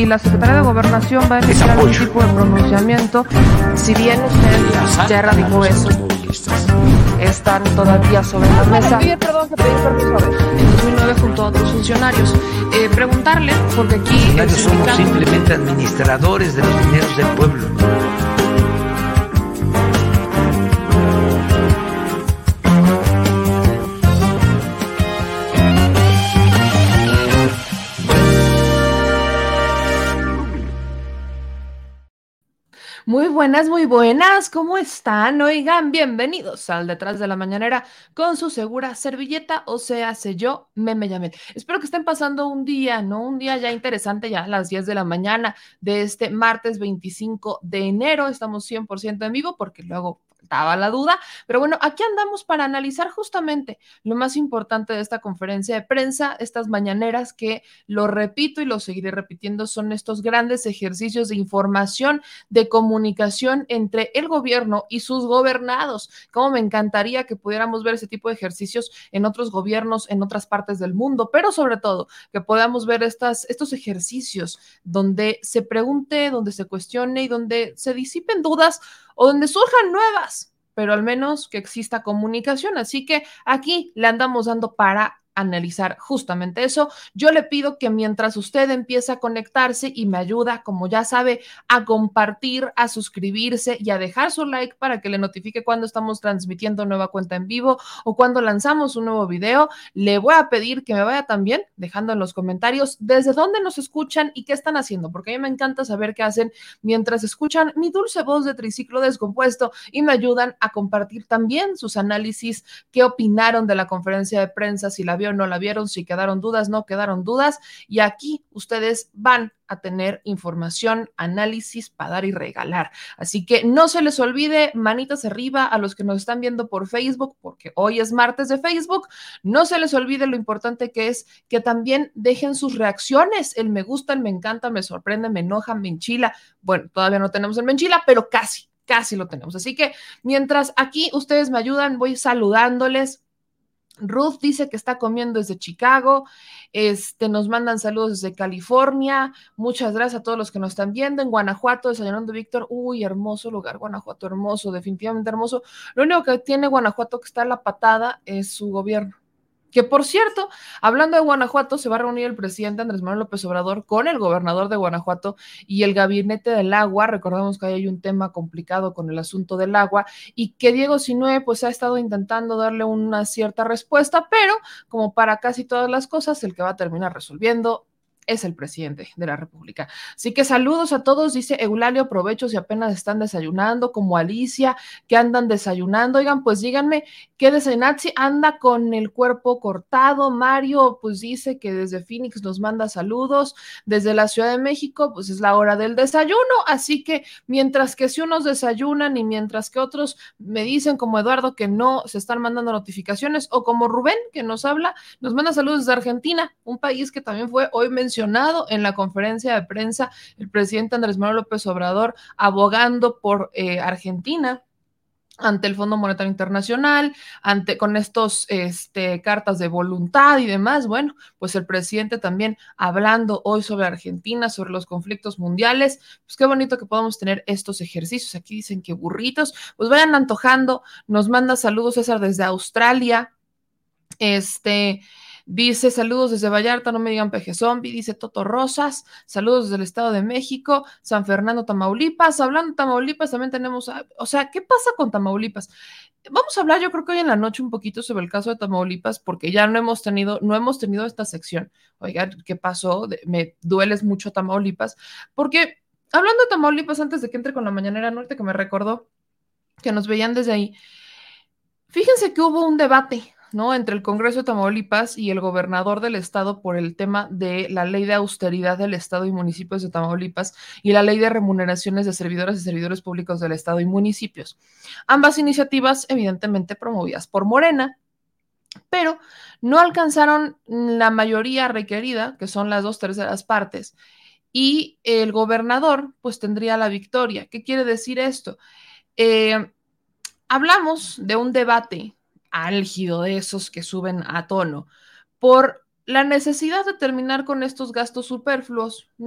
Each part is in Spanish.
si la Secretaría de Gobernación va a emitir algún tipo de pronunciamiento, si bien usted ya erradicó eso, están todavía sobre la mesa. Perdón, que pedí permiso en 2009 junto a otros funcionarios. Preguntarle, porque aquí somos simplemente administradores de los dineros del pueblo. Muy buenas, ¿cómo están? Oigan, bienvenidos al Detrás de la Mañanera con su segura servilleta, o sea, sé yo, Meme Yamel. Espero que estén pasando un día, ¿no? Un día ya interesante, ya a las 10 de la mañana de este martes 25 de enero. Estamos 100% en vivo porque luego faltaba la duda, pero bueno, aquí andamos para analizar justamente lo más importante de esta conferencia de prensa, estas mañaneras que, lo repito y lo seguiré repitiendo, son estos grandes ejercicios de información, de comunicación entre el gobierno y sus gobernados. Como me encantaría que pudiéramos ver ese tipo de ejercicios en otros gobiernos, en otras partes del mundo, pero sobre todo que podamos ver estos ejercicios donde se pregunte, donde se cuestione y donde se disipen dudas o donde surjan nuevas, pero al menos que exista comunicación. Así que aquí le andamos dando para analizar justamente eso. Yo le pido que mientras usted empieza a conectarse y me ayuda, como ya sabe, a compartir, a suscribirse y a dejar su like para que le notifique cuando estamos transmitiendo nueva cuenta en vivo o cuando lanzamos un nuevo video, le voy a pedir que me vaya también dejando en los comentarios desde dónde nos escuchan y qué están haciendo, porque a mí me encanta saber qué hacen mientras escuchan mi dulce voz de triciclo descompuesto y me ayudan a compartir también sus análisis, qué opinaron de la conferencia de prensa, si la vieron, no la vieron, si quedaron dudas, no quedaron dudas, y aquí ustedes van a tener información, análisis para dar y regalar. Así que no se les olvide, manitas arriba a los que nos están viendo por Facebook, porque hoy es martes de Facebook. No se les olvide lo importante que es que también dejen sus reacciones, el me gusta, el me encanta, me sorprende, me enoja, me enchila. Bueno, todavía no tenemos el me enchila, pero casi lo tenemos. Así que mientras aquí ustedes me ayudan, voy saludándoles. Ruth dice que está comiendo desde Chicago, nos mandan saludos desde California, muchas gracias a todos los que nos están viendo. En Guanajuato, desayunando Víctor, uy, hermoso lugar, Guanajuato, hermoso, definitivamente hermoso. Lo único que tiene Guanajuato que está a la patada es su gobierno. Que por cierto, hablando de Guanajuato, se va a reunir el presidente Andrés Manuel López Obrador con el gobernador de Guanajuato y el gabinete del agua. Recordemos que ahí hay un tema complicado con el asunto del agua y que Diego Sinue pues ha estado intentando darle una cierta respuesta, pero como para casi todas las cosas, el que va a terminar resolviendo es el presidente de la República. Así que saludos a todos, dice Eulalio, provecho si apenas están desayunando, como Alicia, que andan desayunando. Oigan, pues díganme, ¿qué desayunar? Si anda con el cuerpo cortado. Mario, pues dice que desde Phoenix nos manda saludos. Desde la Ciudad de México, pues es la hora del desayuno, así que mientras que si unos desayunan y mientras que otros me dicen, como Eduardo, que no se están mandando notificaciones, o como Rubén, que nos habla, nos manda saludos desde Argentina, un país que también fue hoy mencionado en la conferencia de prensa, el presidente Andrés Manuel López Obrador abogando por Argentina ante el Fondo Monetario Internacional, con estos cartas de voluntad y demás. Bueno, pues el presidente también hablando hoy sobre Argentina, sobre los conflictos mundiales. Pues qué bonito que podamos tener estos ejercicios. Aquí dicen que burritos, pues vayan antojando. Nos manda saludos César desde Australia. Dice saludos desde Vallarta, no me digan peje zombie. Dice Toto Rosas, saludos desde el Estado de México, San Fernando, Tamaulipas. Hablando de Tamaulipas, también tenemos, o sea, ¿qué pasa con Tamaulipas? Vamos a hablar, yo creo que hoy en la noche un poquito sobre el caso de Tamaulipas, porque ya no hemos tenido esta sección. Oigan, ¿qué pasó? Me dueles mucho Tamaulipas, porque hablando de Tamaulipas, antes de que entre con la mañanera norte, que me recordó que nos veían desde ahí, fíjense que hubo un debate, ¿no?, entre el Congreso de Tamaulipas y el gobernador del estado por el tema de la ley de austeridad del estado y municipios de Tamaulipas y la ley de remuneraciones de servidoras y servidores públicos del estado y municipios. Ambas iniciativas, evidentemente, promovidas por Morena, pero no alcanzaron la mayoría requerida, que son las 2/3 partes, y el gobernador, pues, tendría la victoria. ¿Qué quiere decir esto? Hablamos de un debate álgido de esos que suben a tono por la necesidad de terminar con estos gastos superfluos, ¿no?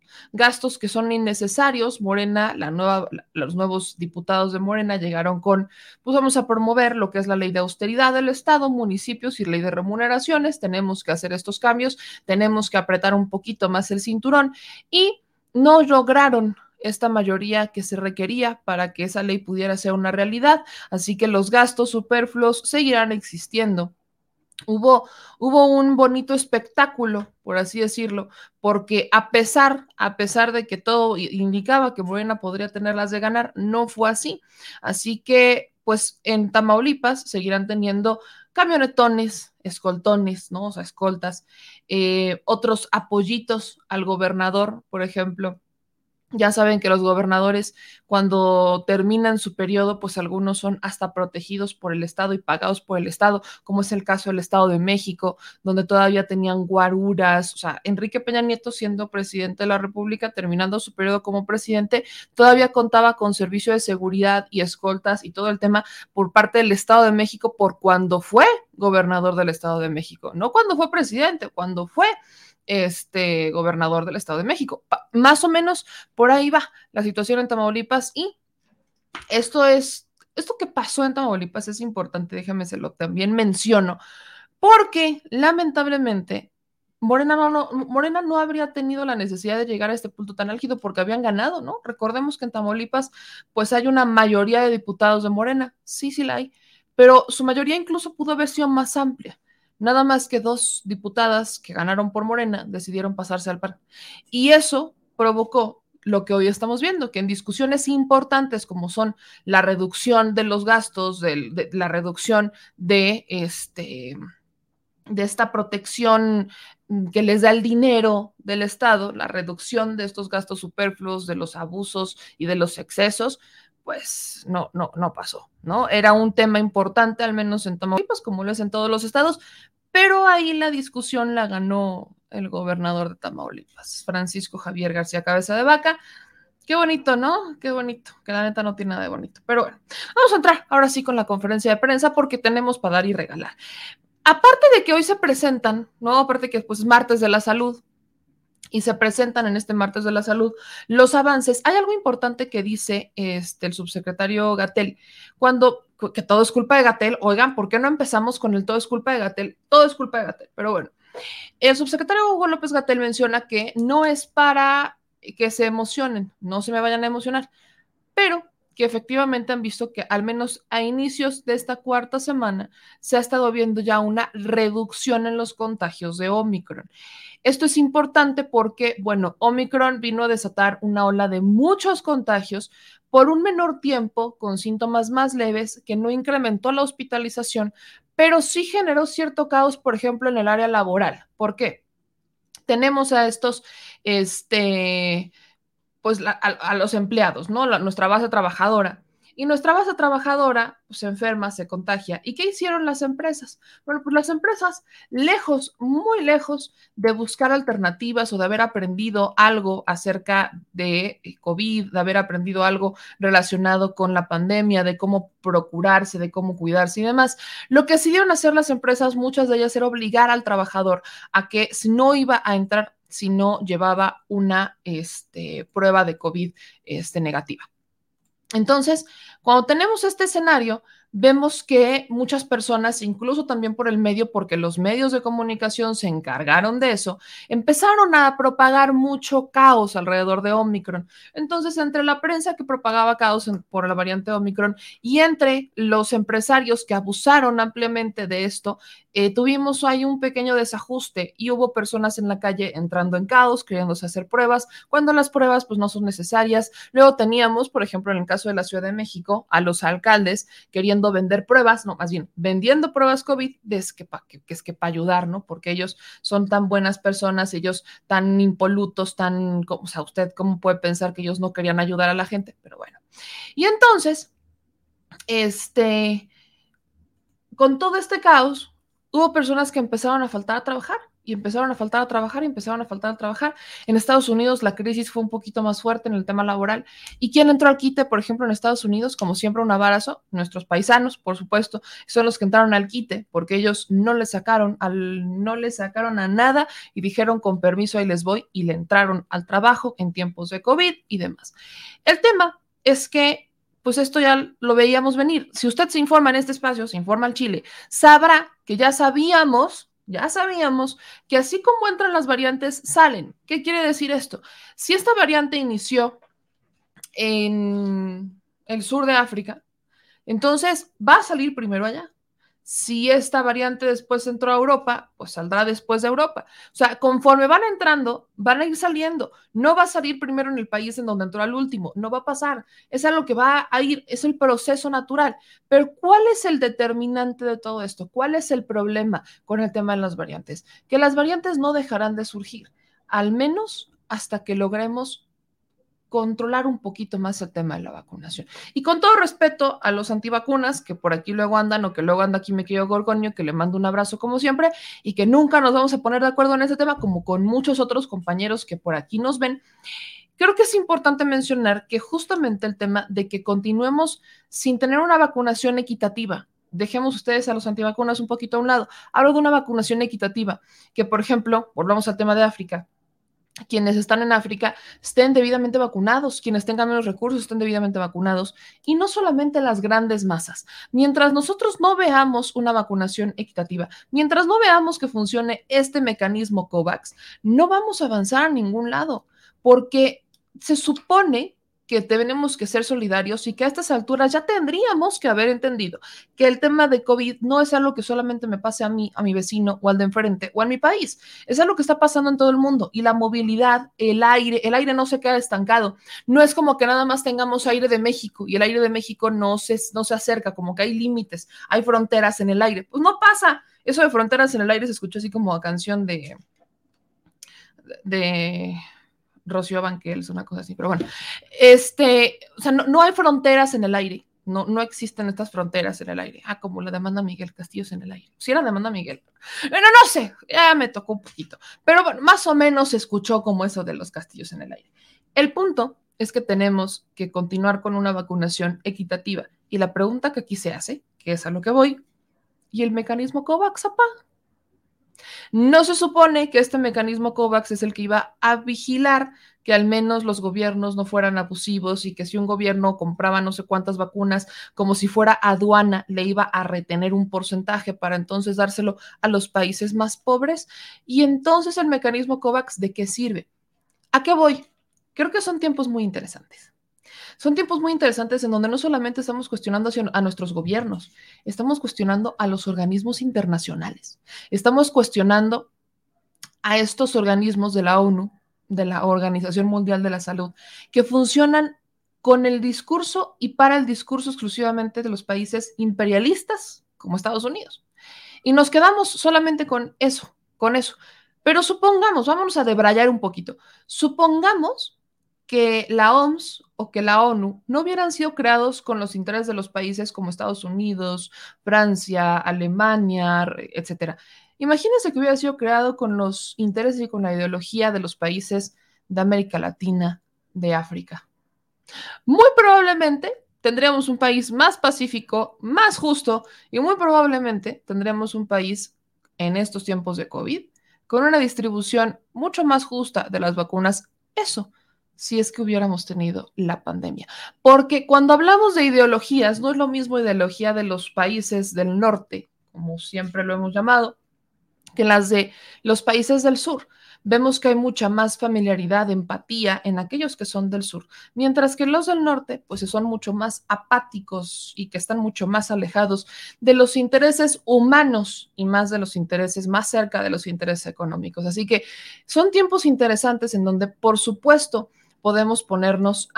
gastos que son innecesarios. Morena, los nuevos diputados de Morena llegaron con, pues vamos a promover lo que es la ley de austeridad del Estado, municipios y ley de remuneraciones, tenemos que hacer estos cambios, tenemos que apretar un poquito más el cinturón y no lograron esta mayoría que se requería para que esa ley pudiera ser una realidad, así que los gastos superfluos seguirán existiendo. Hubo un bonito espectáculo, por así decirlo, porque a pesar de que todo indicaba que Morena podría tenerlas de ganar, no fue así. Así que, pues en Tamaulipas seguirán teniendo camionetones, escoltones, ¿no? O sea, escoltas, otros apoyitos al gobernador, por ejemplo. Ya saben que los gobernadores, cuando terminan su periodo, pues algunos son hasta protegidos por el Estado y pagados por el Estado, como es el caso del Estado de México, donde todavía tenían guaruras. O sea, Enrique Peña Nieto, siendo presidente de la República, terminando su periodo como presidente, todavía contaba con servicio de seguridad y escoltas y todo el tema por parte del Estado de México por cuando fue gobernador del Estado de México, no cuando fue presidente, cuando fue gobernador del Estado de México. Más o menos por ahí va la situación en Tamaulipas y esto que pasó en Tamaulipas es importante, déjame se lo también menciono, porque lamentablemente Morena no habría tenido la necesidad de llegar a este punto tan álgido porque habían ganado, ¿no? Recordemos que en Tamaulipas pues hay una mayoría de diputados de Morena, sí, sí la hay, pero su mayoría incluso pudo haber sido más amplia. Nada más que 2 diputadas que ganaron por Morena decidieron pasarse al PAN. Y eso provocó lo que hoy estamos viendo, que en discusiones importantes como son la reducción de los gastos, la reducción de esta protección que les da el dinero del Estado, la reducción de estos gastos superfluos, de los abusos y de los excesos, pues no pasó, ¿no? Era un tema importante, al menos en Tamaulipas, como lo es en todos los estados, pero ahí la discusión la ganó el gobernador de Tamaulipas, Francisco Javier García Cabeza de Vaca. Qué bonito, ¿no? Qué bonito, que la neta no tiene nada de bonito. Pero bueno, vamos a entrar ahora sí con la conferencia de prensa porque tenemos para dar y regalar. Aparte de que hoy se presentan, ¿no? Aparte que pues es martes de la salud y se presentan en este martes de la salud los avances. Hay algo importante que dice el subsecretario Gatell, que todo es culpa de Gatell. Oigan, ¿por qué no empezamos con el todo es culpa de Gatell? Todo es culpa de Gatell, pero bueno. El subsecretario Hugo López Gatell menciona que no es para que se emocionen, no se me vayan a emocionar, pero que efectivamente han visto que al menos a inicios de esta cuarta semana se ha estado viendo ya una reducción en los contagios de Omicron. Esto es importante porque, bueno, Omicron vino a desatar una ola de muchos contagios por un menor tiempo, con síntomas más leves, que no incrementó la hospitalización, pero sí generó cierto caos, por ejemplo, en el área laboral. ¿Por qué? Tenemos a estos, pues a los empleados, ¿no? Nuestra base trabajadora. Y nuestra base trabajadora pues, se enferma, se contagia. ¿Y qué hicieron las empresas? Bueno, pues las empresas, lejos, muy lejos de buscar alternativas o de haber aprendido algo acerca de COVID, de haber aprendido algo relacionado con la pandemia, de cómo procurarse, de cómo cuidarse y demás, lo que decidieron hacer las empresas, muchas de ellas, era obligar al trabajador a que si no iba a entrar si no llevaba una prueba de COVID negativa. Entonces, cuando tenemos este escenario, vemos que muchas personas, incluso también por el medio, porque los medios de comunicación se encargaron de eso, empezaron a propagar mucho caos alrededor de Omicron. Entonces, entre la prensa que propagaba caos por la variante Omicron y entre los empresarios que abusaron ampliamente de esto, tuvimos ahí un pequeño desajuste y hubo personas en la calle entrando en caos, queriéndose hacer pruebas, cuando las pruebas pues no son necesarias. Luego teníamos, por ejemplo, en el caso de la Ciudad de México, a los alcaldes queriendo vender pruebas, no, más bien vendiendo pruebas COVID, es que para ayudar, ¿no? Porque ellos son tan buenas personas, ellos tan impolutos, o sea, usted cómo puede pensar que ellos no querían ayudar a la gente, pero bueno. Y entonces, con todo este caos, hubo personas que empezaron a faltar a trabajar. y empezaron a faltar a trabajar y empezaron a faltar a trabajar. En Estados Unidos la crisis fue un poquito más fuerte en el tema laboral. ¿Y quién entró al quite, por ejemplo, en Estados Unidos? Como siempre, un embarazo, nuestros paisanos, por supuesto, son los que entraron al quite porque ellos no le sacaron a nada y dijeron con permiso ahí les voy y le entraron al trabajo en tiempos de COVID y demás. El tema es que pues esto ya lo veíamos venir. Si usted se informa en este espacio, se informa al Chile, sabrá que ya sabíamos que así como entran las variantes, salen. ¿Qué quiere decir esto? Si esta variante inició en el sur de África, entonces va a salir primero allá. Si esta variante después entró a Europa, pues saldrá después de Europa. O sea, conforme van entrando, van a ir saliendo. No va a salir primero en el país en donde entró al último. No va a pasar. Es algo que va a ir, es el proceso natural. Pero ¿cuál es el determinante de todo esto? ¿Cuál es el problema con el tema de las variantes? Que las variantes no dejarán de surgir, al menos hasta que logremos controlar un poquito más el tema de la vacunación. Y con todo respeto a los antivacunas, que por aquí luego andan, o que luego anda aquí mi querido Gorgonio, que le mando un abrazo como siempre, y que nunca nos vamos a poner de acuerdo en este tema, como con muchos otros compañeros que por aquí nos ven, creo que es importante mencionar que justamente el tema de que continuemos sin tener una vacunación equitativa, dejemos ustedes a los antivacunas un poquito a un lado, hablo de una vacunación equitativa, que por ejemplo, volvamos al tema de África, quienes están en África estén debidamente vacunados, quienes tengan menos recursos estén debidamente vacunados, y no solamente las grandes masas. Mientras nosotros no veamos una vacunación equitativa, mientras no veamos que funcione este mecanismo COVAX, no vamos a avanzar a ningún lado, porque se supone que tenemos que ser solidarios y que a estas alturas ya tendríamos que haber entendido que el tema de COVID no es algo que solamente me pase a mí, a mi vecino o al de enfrente o en mi país, es algo que está pasando en todo el mundo y la movilidad, el aire no se queda estancado. No es como que nada más tengamos aire de México y el aire de México no se acerca, como que hay límites, hay fronteras en el aire. Pues no pasa. Eso de fronteras en el aire se escuchó así como a canción de Rocío Banquels, una cosa así, pero bueno, o sea, no hay fronteras en el aire, no existen estas fronteras en el aire. Ah, como la demanda Miguel Castillos en el aire. Si era demanda Miguel. Bueno, no sé, ya me tocó un poquito, pero bueno, más o menos se escuchó como eso de los castillos en el aire. El punto es que tenemos que continuar con una vacunación equitativa y la pregunta que aquí se hace, que es a lo que voy, ¿y el mecanismo COVAX, apá? No se supone que este mecanismo COVAX es el que iba a vigilar que al menos los gobiernos no fueran abusivos y que si un gobierno compraba no sé cuántas vacunas, como si fuera aduana, le iba a retener un porcentaje para entonces dárselo a los países más pobres. Y entonces el mecanismo COVAX, ¿de qué sirve? ¿A qué voy? Creo que son tiempos muy interesantes. Son tiempos muy interesantes en donde no solamente estamos cuestionando a nuestros gobiernos, estamos cuestionando a los organismos internacionales, estamos cuestionando a estos organismos de la ONU, de la Organización Mundial de la Salud, que funcionan con el discurso y para el discurso exclusivamente de los países imperialistas como Estados Unidos. Y nos quedamos solamente con eso, con eso. Pero supongamos, vámonos a debrayar un poquito, supongamos que la OMS o que la ONU no hubieran sido creados con los intereses de los países como Estados Unidos, Francia, Alemania, etcétera. Imagínense que hubiera sido creado con los intereses y con la ideología de los países de América Latina, de África. Muy probablemente tendríamos un país más pacífico, más justo y muy probablemente tendríamos un país en estos tiempos de COVID con una distribución mucho más justa de las vacunas. Eso, si es que hubiéramos tenido la pandemia. Porque cuando hablamos de ideologías, no es lo mismo ideología de los países del norte, como siempre lo hemos llamado, que las de los países del sur. Vemos que hay mucha más familiaridad, empatía en aquellos que son del sur, mientras que los del norte, pues son mucho más apáticos y que están mucho más alejados de los intereses humanos y más de los intereses, más cerca de los intereses económicos. Así que son tiempos interesantes en donde, por supuesto, podemos ponernos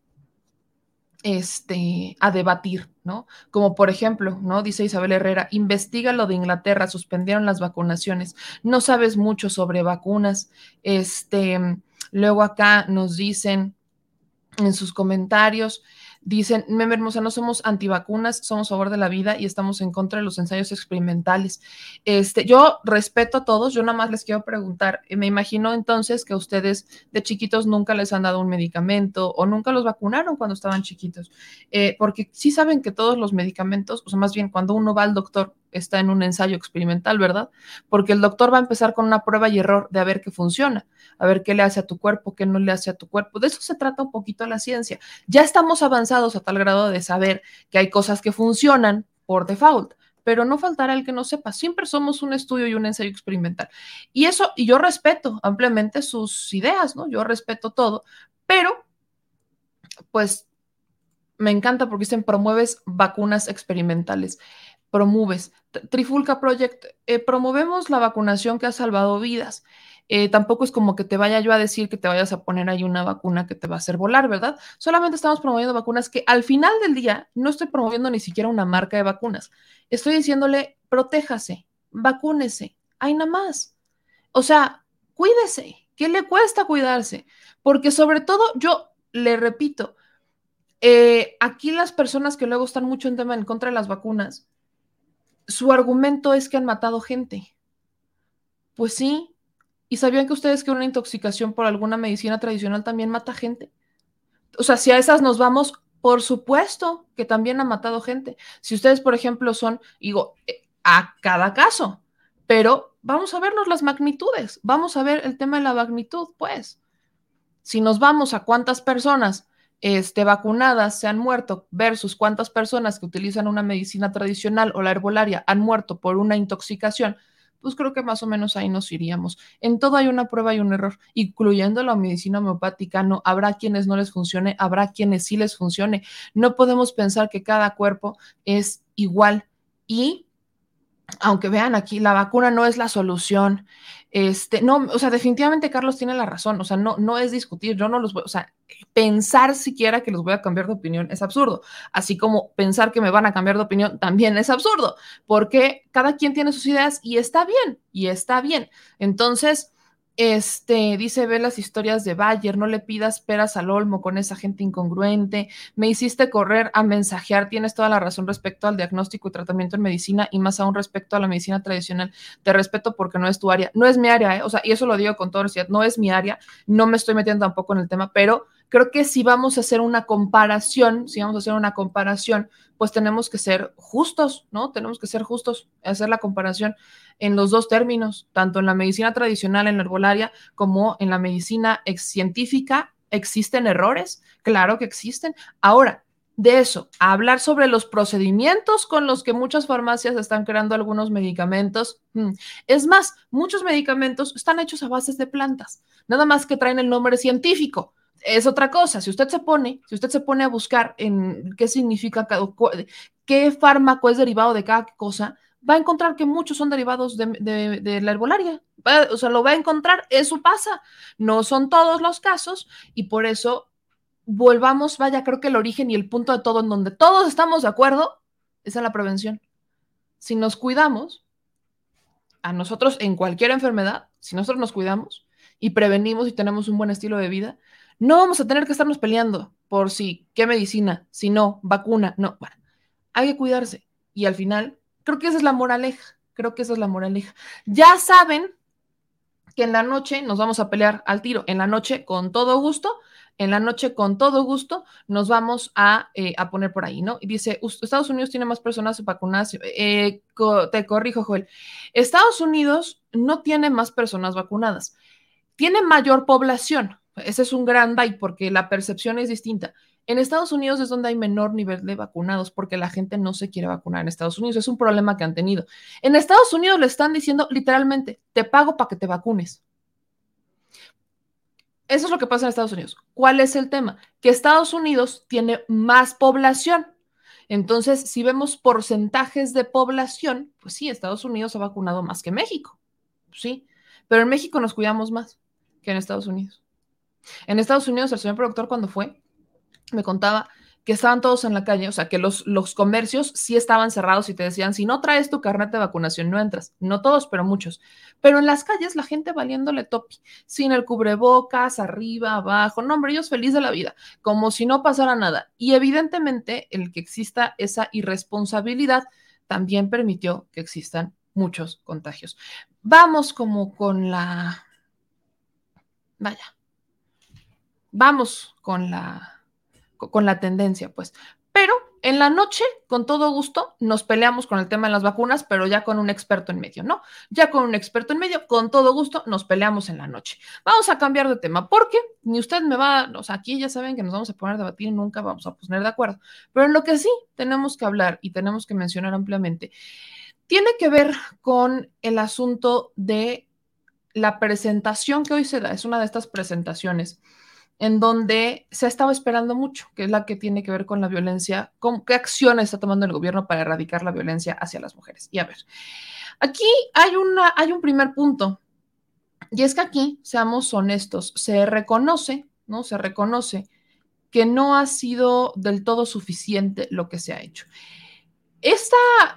a debatir, ¿no? Como por ejemplo, ¿no? Dice Isabel Herrera, investiga lo de Inglaterra, suspendieron las vacunaciones, no sabes mucho sobre vacunas. Luego acá nos dicen en sus comentarios, Dicen, meme hermosa, no somos antivacunas, somos a favor de la vida y estamos en contra de los ensayos experimentales. Yo respeto a todos, yo nada más les quiero preguntar, me imagino entonces que a ustedes de chiquitos nunca les han dado un medicamento o nunca los vacunaron cuando estaban chiquitos, porque sí saben que todos los medicamentos, o sea, más bien cuando uno va al doctor, está en un ensayo experimental, ¿verdad? Porque el doctor va a empezar con una prueba y error de a ver qué funciona, a ver qué le hace a tu cuerpo, qué no le hace a tu cuerpo. De eso se trata un poquito la ciencia. Ya estamos avanzados a tal grado de saber que hay cosas que funcionan por default, pero no faltará el que no sepa. Siempre somos un estudio y un ensayo experimental. Y eso, y yo respeto ampliamente sus ideas, ¿no? Yo respeto todo, pero pues me encanta porque dicen promueves vacunas experimentales. Promueves. Trifulca Project, promovemos la vacunación que ha salvado vidas. Tampoco es como que te vaya yo a decir que te vayas a poner ahí una vacuna que te va a hacer volar, ¿verdad? Solamente estamos promoviendo vacunas que al final del día no estoy promoviendo ni siquiera una marca de vacunas. Estoy diciéndole, protéjase, vacúnese, hay nada más. O sea, cuídese. ¿Qué le cuesta cuidarse? Porque sobre todo, yo le repito, aquí las personas que luego están mucho en tema en contra de las vacunas, su argumento es que han matado gente. Pues sí. ¿Y sabían que ustedes que una intoxicación por alguna medicina tradicional también mata gente? O sea, si a esas nos vamos, por supuesto que también ha matado gente. Si ustedes, por ejemplo, son, digo, a cada caso, pero vamos a vernos las magnitudes, vamos a ver el tema de la magnitud, pues. Si nos vamos a cuántas personas vacunadas se han muerto versus cuántas personas que utilizan una medicina tradicional o la herbolaria han muerto por una intoxicación, pues creo que más o menos ahí nos iríamos. En todo hay una prueba y un error, incluyendo la medicina homeopática. No, habrá quienes no les funcione, habrá quienes sí les funcione. No podemos pensar que cada cuerpo es igual y aunque vean aquí, la vacuna no es la solución. No, o sea, definitivamente Carlos tiene la razón, o sea, no es discutir, yo no los voy, o sea, pensar siquiera que los voy a cambiar de opinión es absurdo, así como pensar que me van a cambiar de opinión también es absurdo, porque cada quien tiene sus ideas y está bien, y está bien. Entonces, dice, ve las historias de Bayer, no le pidas peras al olmo con esa gente incongruente, me hiciste correr a mensajear, tienes toda la razón respecto al diagnóstico y tratamiento en medicina y más aún respecto a la medicina tradicional, te respeto porque no es tu área, no es mi área, ¿eh? O sea, y eso lo digo con toda honestidad, no es mi área, no me estoy metiendo tampoco en el tema, pero creo que si vamos a hacer una comparación, pues tenemos que ser justos, ¿no? Tenemos que ser justos, hacer la comparación en los dos términos, tanto en la medicina tradicional, en la herbolaria, como en la medicina científica. ¿Existen errores? Claro que existen. Ahora, de eso, a hablar sobre los procedimientos con los que muchas farmacias están creando algunos medicamentos. Es más, muchos medicamentos están hechos a bases de plantas, nada más que traen el nombre científico. Es otra cosa. Si usted se pone a buscar en qué significa qué fármaco es derivado de cada cosa, va a encontrar que muchos son derivados de la herbolaria. O sea, lo va a encontrar, eso pasa. No son todos los casos y por eso volvamos, vaya, creo que el origen y el punto de todo en donde todos estamos de acuerdo es en la prevención. Si nos cuidamos, a nosotros en cualquier enfermedad, si nosotros nos cuidamos y prevenimos y tenemos un buen estilo de vida, no vamos a tener que estarnos peleando por si, qué medicina, si no, vacuna, no, bueno, hay que cuidarse. Y al final, creo que esa es la moraleja, Ya saben que en la noche nos vamos a pelear al tiro, en la noche con todo gusto, nos vamos a poner por ahí, ¿no? Y dice, Estados Unidos tiene más personas vacunadas, te corrijo, Joel, Estados Unidos no tiene más personas vacunadas, tiene mayor población, ese es un gran dato porque la percepción es distinta. En Estados Unidos es donde hay menor nivel de vacunados porque la gente no se quiere vacunar en Estados Unidos. Es un problema que han tenido. En Estados Unidos le están diciendo literalmente, te pago para que te vacunes. Eso es lo que pasa en Estados Unidos. ¿Cuál es el tema? Que Estados Unidos tiene más población. Entonces, si vemos porcentajes de población, pues sí, Estados Unidos ha vacunado más que México. Sí, pero en México nos cuidamos más que en Estados Unidos. En Estados Unidos, el señor productor cuando fue, me contaba que estaban todos en la calle, o sea, que los comercios sí estaban cerrados y te decían, si no traes tu carnet de vacunación, no entras. No todos, pero muchos. Pero en las calles la gente valiéndole topi, sin el cubrebocas, arriba, abajo, no, hombre, ellos feliz de la vida, como si no pasara nada. Y evidentemente el que exista esa irresponsabilidad también permitió que existan muchos contagios. Vamos como con la, vaya, vamos con la tendencia, pues. Pero en la noche, con todo gusto, nos peleamos con el tema de las vacunas, pero ya con un experto en medio, ¿no? Ya con un experto en medio, con todo gusto, nos peleamos en la noche. Vamos a cambiar de tema, porque ni usted me va, o sea, aquí ya saben que nos vamos a poner a debatir y nunca vamos a poner de acuerdo. Pero en lo que sí tenemos que hablar y tenemos que mencionar ampliamente, tiene que ver con el asunto de la presentación que hoy se da. Es una de estas presentaciones en donde se ha estado esperando mucho, que es la que tiene que ver con la violencia, con qué acciones está tomando el gobierno para erradicar la violencia hacia las mujeres. Y a ver, aquí hay un primer punto, y es que aquí, seamos honestos, se reconoce, ¿no? Se reconoce que no ha sido del todo suficiente lo que se ha hecho. Esta,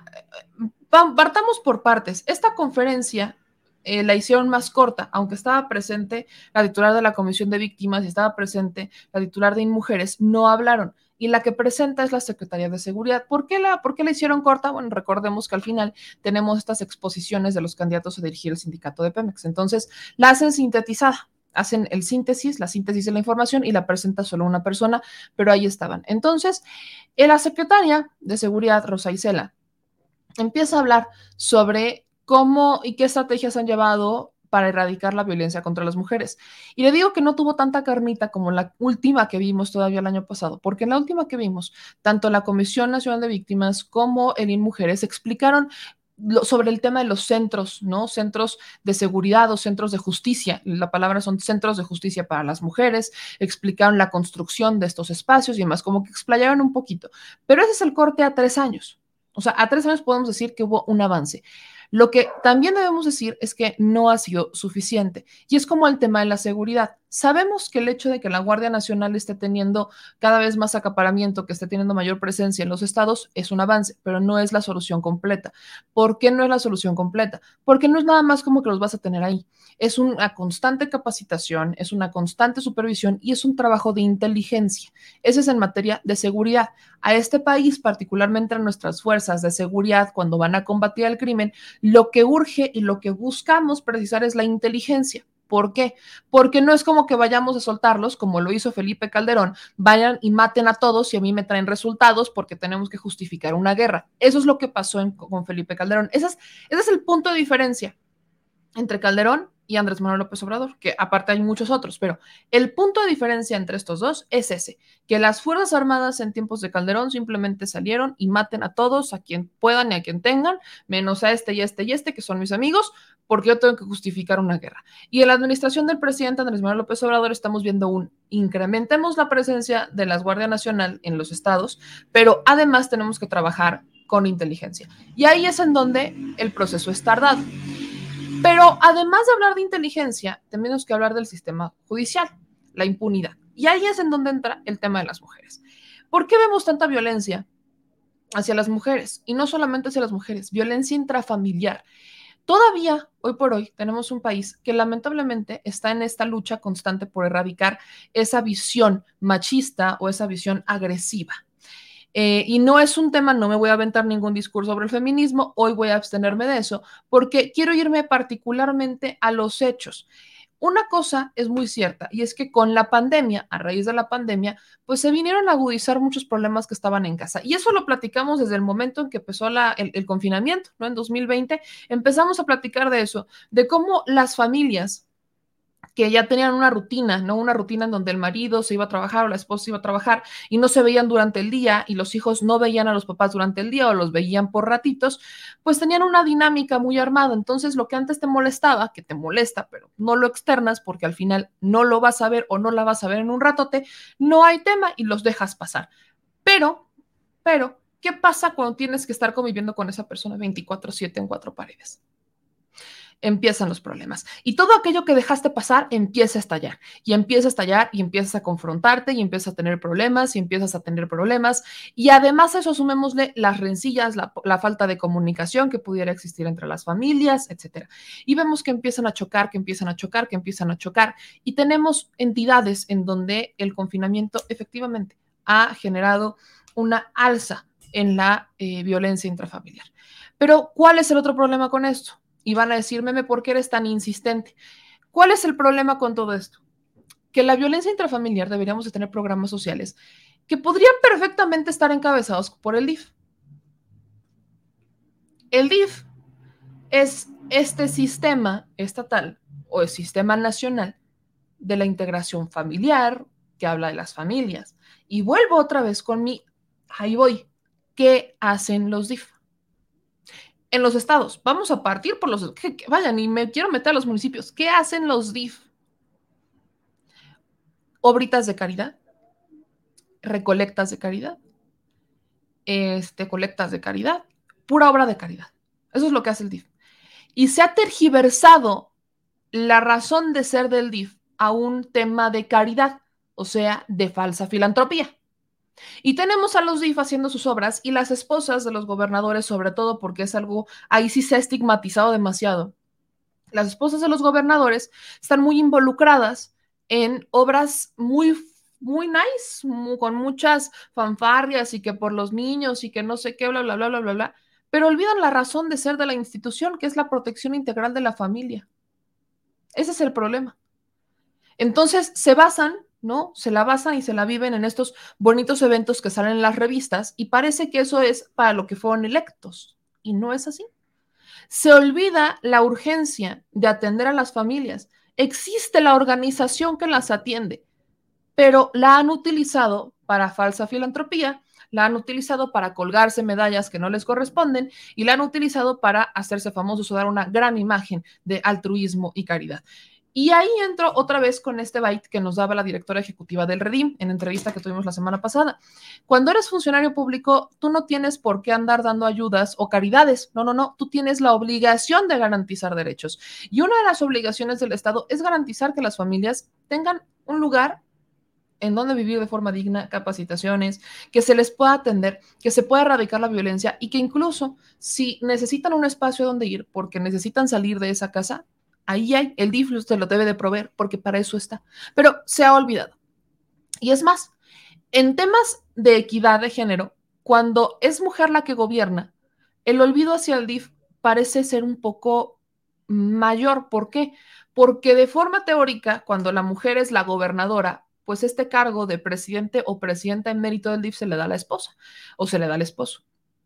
partamos por partes. Esta conferencia la hicieron más corta, aunque estaba presente la titular de la Comisión de Víctimas y estaba presente la titular de InMujeres, no hablaron. Y la que presenta es la Secretaría de Seguridad. ¿Por qué la hicieron corta? Bueno, recordemos que al final tenemos estas exposiciones de los candidatos a dirigir el sindicato de Pemex. Entonces, la hacen sintetizada. Hacen la síntesis de la información y la presenta solo una persona, pero ahí estaban. Entonces, la secretaria de Seguridad, Rosa Isela, empieza a hablar sobre cómo y qué estrategias han llevado para erradicar la violencia contra las mujeres. Y le digo que no tuvo tanta carnita como la última que vimos todavía el año pasado, porque en la última que vimos, tanto la Comisión Nacional de Víctimas como el InMujeres explicaron sobre el tema de los centros, ¿no? Centros de seguridad o centros de justicia. La palabra son centros de justicia para las mujeres. Explicaron la construcción de estos espacios y demás, como que explayaron un poquito. Pero ese es el corte a 3 años. O sea, a 3 años podemos decir que hubo un avance. Lo que también debemos decir es que no ha sido suficiente. Y es como el tema de la seguridad. Sabemos que el hecho de que la Guardia Nacional esté teniendo cada vez más acaparamiento, que esté teniendo mayor presencia en los estados, es un avance, pero no es la solución completa. ¿Por qué no es la solución completa? Porque no es nada más como que los vas a tener ahí. Es una constante capacitación, es una constante supervisión y es un trabajo de inteligencia. Ese es en materia de seguridad. A este país, particularmente a nuestras fuerzas de seguridad, cuando van a combatir el crimen, lo que urge y lo que buscamos precisar es la inteligencia. ¿Por qué? Porque no es como que vayamos a soltarlos, como lo hizo Felipe Calderón, vayan y maten a todos y a mí me traen resultados porque tenemos que justificar una guerra. Eso es lo que pasó con Felipe Calderón. Ese es el punto de diferencia entre Calderón y Andrés Manuel López Obrador, que aparte hay muchos otros, pero el punto de diferencia entre estos dos es ese, que las Fuerzas Armadas en tiempos de Calderón simplemente salieron y maten a todos, a quien puedan y a quien tengan, menos a este y este y este, que son mis amigos, porque yo tengo que justificar una guerra. Y en la administración del presidente Andrés Manuel López Obrador estamos viendo incrementemos la presencia de la Guardia Nacional en los estados, pero además tenemos que trabajar con inteligencia. Y ahí es en donde el proceso es tardado. Pero además de hablar de inteligencia, tenemos que hablar del sistema judicial, la impunidad. Y ahí es en donde entra el tema de las mujeres. ¿Por qué vemos tanta violencia hacia las mujeres? Y no solamente hacia las mujeres, violencia intrafamiliar. Todavía, hoy por hoy, tenemos un país que lamentablemente está en esta lucha constante por erradicar esa visión machista o esa visión agresiva. Y no es un tema, no me voy a aventar ningún discurso sobre el feminismo, hoy voy a abstenerme de eso, porque quiero irme particularmente a los hechos. Una cosa es muy cierta, y es que con la pandemia, a raíz de la pandemia, pues se vinieron a agudizar muchos problemas que estaban en casa. Y eso lo platicamos desde el momento en que empezó el confinamiento, ¿no? En 2020 empezamos a platicar de eso, de cómo las familias que ya tenían una rutina, ¿no? Una rutina en donde el marido se iba a trabajar o la esposa iba a trabajar y no se veían durante el día y los hijos no veían a los papás durante el día o los veían por ratitos, pues tenían una dinámica muy armada. Entonces, lo que antes te molestaba, que te molesta, pero no lo externas porque al final no lo vas a ver o no la vas a ver en un ratote, no hay tema y los dejas pasar. Pero, ¿qué pasa cuando tienes que estar conviviendo con esa persona 24/7 en 4 paredes? empiezan los problemas. Y todo aquello que dejaste pasar empieza a estallar y empieza a estallar y empiezas a confrontarte y empiezas a tener problemas y empiezas a tener problemas. Y además a eso sumémosle las rencillas, la falta de comunicación que pudiera existir entre las familias, etcétera. Y vemos que empiezan a chocar, que empiezan a chocar, que empiezan a chocar. Y tenemos entidades en donde el confinamiento efectivamente ha generado una alza en la violencia intrafamiliar. Pero, ¿cuál es el otro problema con esto? Y van a decirme, ¿por qué eres tan insistente? ¿Cuál es el problema con todo esto? Que la violencia intrafamiliar deberíamos de tener programas sociales que podrían perfectamente estar encabezados por el DIF. El DIF es este sistema estatal o el sistema nacional de la integración familiar que habla de las familias. Y vuelvo otra vez con ahí voy, ¿qué hacen los DIF? En los estados, vamos a partir por los, vayan, y me quiero meter a los municipios, ¿qué hacen los DIF? Obritas de caridad, recolectas de caridad, colectas de caridad, pura obra de caridad. Eso es lo que hace el DIF. Y se ha tergiversado la razón de ser del DIF a un tema de caridad, o sea, de falsa filantropía. Y tenemos a los DIF haciendo sus obras y las esposas de los gobernadores, sobre todo porque es algo, ahí sí se ha estigmatizado demasiado. Las esposas de los gobernadores están muy involucradas en obras muy nice, con muchas fanfarrias y que por los niños y que no sé qué, bla, bla, bla, bla, bla, bla, pero olvidan la razón de ser de la institución, que es la protección integral de la familia. Ese es el problema. Entonces se basan, ¿no? Se la basan y se la viven en estos bonitos eventos que salen en las revistas y parece que eso es para lo que fueron electos. Y no es así. Se olvida la urgencia de atender a las familias. Existe la organización que las atiende, pero la han utilizado para falsa filantropía, la han utilizado para colgarse medallas que no les corresponden y la han utilizado para hacerse famosos o dar una gran imagen de altruismo y caridad. Y ahí entro otra vez con este bite que nos daba la directora ejecutiva del Redim en entrevista que tuvimos la semana pasada. Cuando eres funcionario público, tú no tienes por qué andar dando ayudas o caridades. No, no, no. Tú tienes la obligación de garantizar derechos. Y una de las obligaciones del Estado es garantizar que las familias tengan un lugar en donde vivir de forma digna, capacitaciones, que se les pueda atender, que se pueda erradicar la violencia y que incluso si necesitan un espacio donde ir porque necesitan salir de esa casa, ahí hay, el DIF se lo debe de proveer porque para eso está. Pero se ha olvidado. Y es más, en temas de equidad de género, cuando es mujer la que gobierna, el olvido hacia el DIF parece ser un poco mayor. ¿Por qué? Porque de forma teórica, cuando la mujer es la gobernadora, pues este cargo de presidente o presidenta en mérito del DIF se le da a la esposa o se le da al esposo.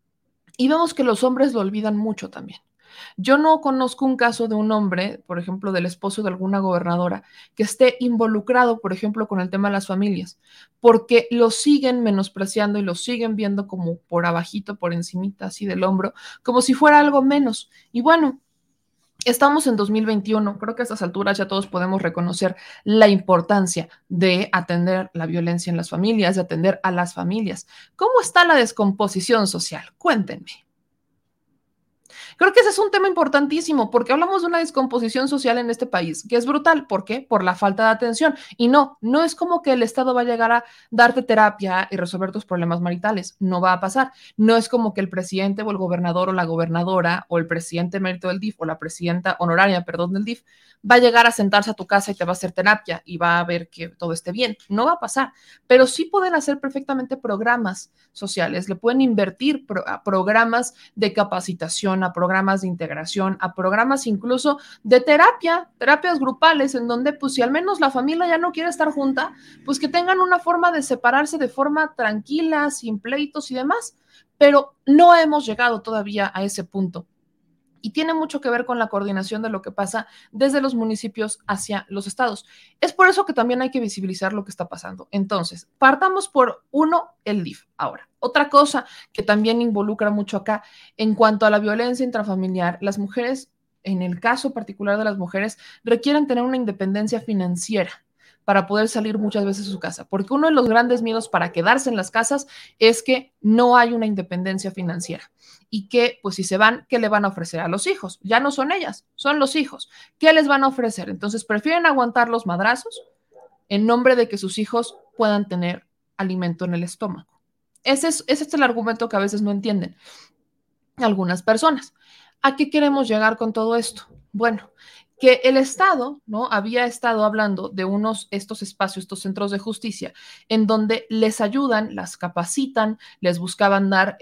Y vemos que los hombres lo olvidan mucho también. Yo no conozco un caso de un hombre, por ejemplo, del esposo de alguna gobernadora, que esté involucrado, por ejemplo, con el tema de las familias, porque lo siguen menospreciando y lo siguen viendo como por abajito, por encimita, así del hombro, como si fuera algo menos. Y bueno, estamos en 2021, creo que a estas alturas ya todos podemos reconocer la importancia de atender la violencia en las familias, de atender a las familias. ¿Cómo está la descomposición social? Cuéntenme. Creo que ese es un tema importantísimo porque hablamos de una descomposición social en este país que es brutal. ¿Por qué? Por la falta de atención. Y no es como que el Estado va a llegar a darte terapia y resolver tus problemas maritales. No va a pasar. No es como que el presidente o el gobernador o la gobernadora o el presidente emérito del DIF o la presidenta honoraria, perdón, del DIF va a llegar a sentarse a tu casa y te va a hacer terapia y va a ver que todo esté bien. No va a pasar. Pero sí pueden hacer perfectamente programas sociales. Le pueden invertir a programas de capacitación, a programas de integración, a programas incluso de terapias grupales, en donde pues si al menos la familia ya no quiere estar junta, pues que tengan una forma de separarse de forma tranquila, sin pleitos y demás, pero no hemos llegado todavía a ese punto. Y tiene mucho que ver con la coordinación de lo que pasa desde los municipios hacia los estados. Es por eso que también hay que visibilizar lo que está pasando. Entonces, partamos por uno, el DIF. Ahora, otra cosa que también involucra mucho acá, en cuanto a la violencia intrafamiliar, las mujeres, en el caso particular de las mujeres, requieren tener una independencia financiera para poder salir muchas veces de su casa, porque uno de los grandes miedos para quedarse en las casas es que no hay una independencia financiera y que, pues si se van, ¿qué le van a ofrecer a los hijos? Ya no son ellas, son los hijos. ¿Qué les van a ofrecer? Entonces prefieren aguantar los madrazos en nombre de que sus hijos puedan tener alimento en el estómago. Ese es el argumento que a veces no entienden algunas personas. ¿A qué queremos llegar con todo esto? Bueno, que el Estado, ¿no? Había estado hablando de estos espacios, estos centros de justicia, en donde les ayudan, las capacitan, les buscaban dar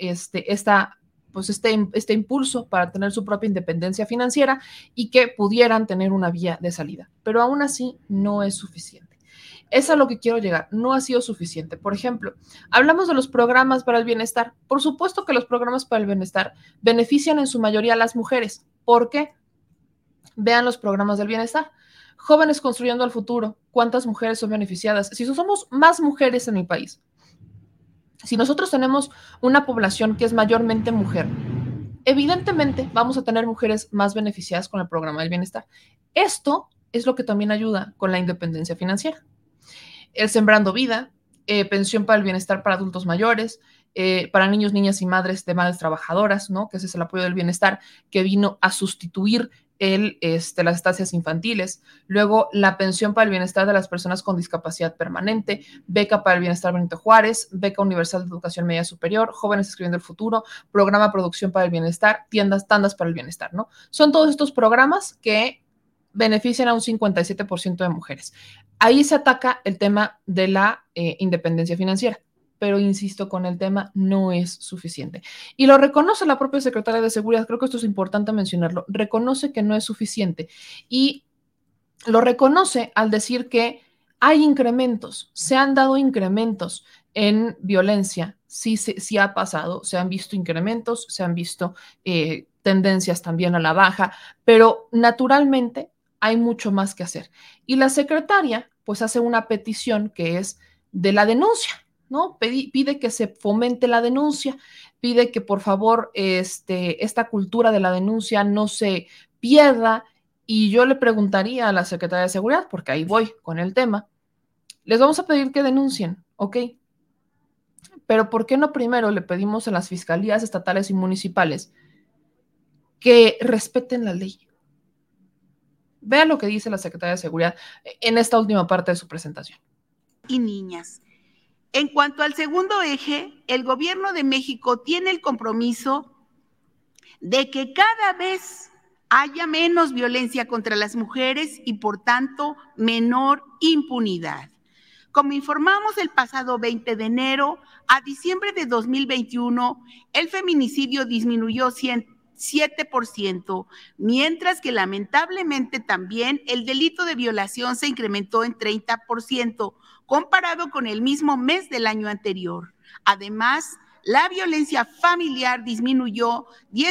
este impulso para tener su propia independencia financiera y que pudieran tener una vía de salida. Pero aún así no es suficiente. Es a lo que quiero llegar. No ha sido suficiente. Por ejemplo, hablamos de los programas para el bienestar. Por supuesto que los programas para el bienestar benefician en su mayoría a las mujeres. ¿Por qué? Vean los programas del bienestar. Jóvenes construyendo el futuro. ¿Cuántas mujeres son beneficiadas? Si somos más mujeres en el país, si nosotros tenemos una población que es mayormente mujer, evidentemente vamos a tener mujeres más beneficiadas con el programa del bienestar. Esto es lo que también ayuda con la independencia financiera. El Sembrando Vida, pensión para el bienestar para adultos mayores, para niños, niñas y madres de madres trabajadoras, ¿no? Que ese es el apoyo del bienestar que vino a sustituir las estancias infantiles. Luego, la pensión para el bienestar de las personas con discapacidad permanente, beca para el bienestar Benito Juárez, beca universal de educación media superior, jóvenes escribiendo el futuro, programa producción para el bienestar, tandas para el bienestar, ¿no? Son todos estos programas que benefician a un 57% de mujeres. Ahí se ataca el tema de la independencia financiera, pero insisto, con el tema no es suficiente. Y lo reconoce la propia secretaria de Seguridad, creo que esto es importante mencionarlo, reconoce que no es suficiente y lo reconoce al decir que hay incrementos, se han dado incrementos en violencia, sí ha pasado, se han visto incrementos, se han visto tendencias también a la baja, pero naturalmente hay mucho más que hacer. Y la secretaria pues hace una petición que es de la denuncia, ¿no? Pide que se fomente la denuncia, pide que por favor esta cultura de la denuncia no se pierda. Y yo le preguntaría a la secretaria de Seguridad, porque ahí voy con el tema, les vamos a pedir que denuncien, ¿ok? Pero ¿por qué no primero le pedimos a las fiscalías estatales y municipales que respeten la ley? Vean lo que dice la secretaria de Seguridad en esta última parte de su presentación. Y niñas. En cuanto al segundo eje, el Gobierno de México tiene el compromiso de que cada vez haya menos violencia contra las mujeres y, por tanto, menor impunidad. Como informamos el pasado 20 de enero, a diciembre de 2021, el feminicidio disminuyó 7%, mientras que lamentablemente también el delito de violación se incrementó en 30%, comparado con el mismo mes del año anterior. Además, la violencia familiar disminuyó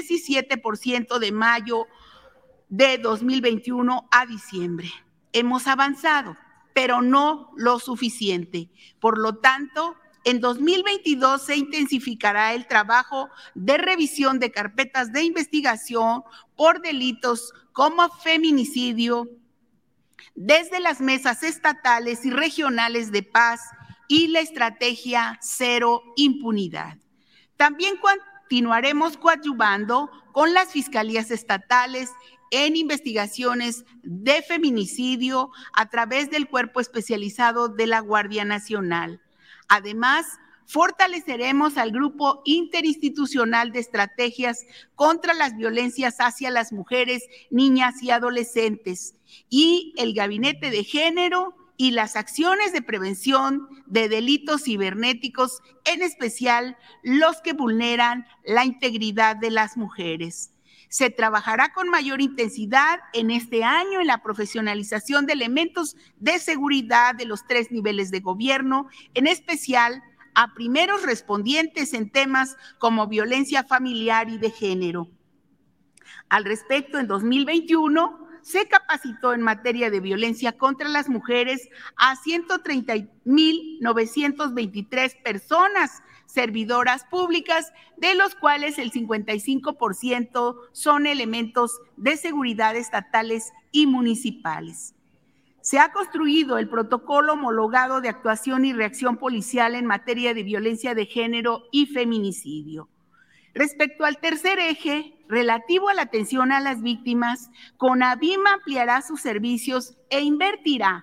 17% de mayo de 2021 a diciembre. Hemos avanzado, pero no lo suficiente. Por lo tanto, en 2022 se intensificará el trabajo de revisión de carpetas de investigación por delitos como feminicidio desde las mesas estatales y regionales de paz y la estrategia Cero Impunidad. También continuaremos coadyuvando con las fiscalías estatales en investigaciones de feminicidio a través del Cuerpo Especializado de la Guardia Nacional. Además, fortaleceremos al Grupo Interinstitucional de Estrategias contra las Violencias hacia las Mujeres, Niñas y Adolescentes y el Gabinete de Género y las acciones de prevención de delitos cibernéticos, en especial los que vulneran la integridad de las mujeres. Se trabajará con mayor intensidad en este año en la profesionalización de elementos de seguridad de los 3 niveles de gobierno, en especial a primeros respondientes en temas como violencia familiar y de género. Al respecto, en 2021 se capacitó en materia de violencia contra las mujeres a 130,923 personas servidoras públicas, de los cuales el 55% son elementos de seguridad estatales y municipales. Se ha construido el protocolo homologado de actuación y reacción policial en materia de violencia de género y feminicidio. Respecto al tercer eje, relativo a la atención a las víctimas, CONAVIM ampliará sus servicios e invertirá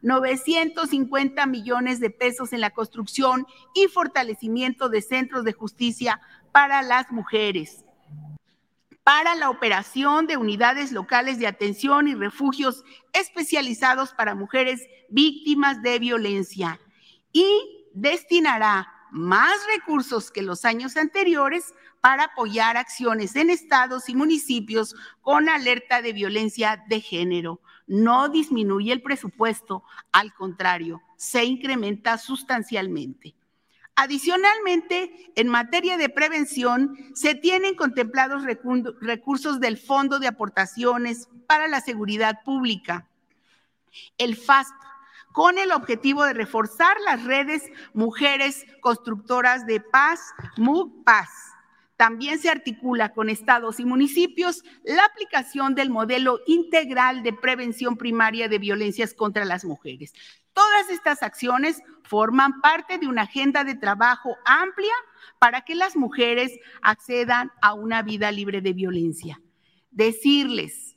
950 millones de pesos en la construcción y fortalecimiento de centros de justicia para las mujeres, para la operación de unidades locales de atención y refugios especializados para mujeres víctimas de violencia, y destinará más recursos que los años anteriores para apoyar acciones en estados y municipios con alerta de violencia de género. No disminuye el presupuesto, al contrario, se incrementa sustancialmente. Adicionalmente, en materia de prevención, se tienen contemplados recursos del Fondo de Aportaciones para la Seguridad Pública, el FASP, con el objetivo de reforzar las redes Mujeres Constructoras de Paz, MUPAZ. También se articula con estados y municipios la aplicación del modelo integral de prevención primaria de violencias contra las mujeres. Todas estas acciones forman parte de una agenda de trabajo amplia para que las mujeres accedan a una vida libre de violencia. Decirles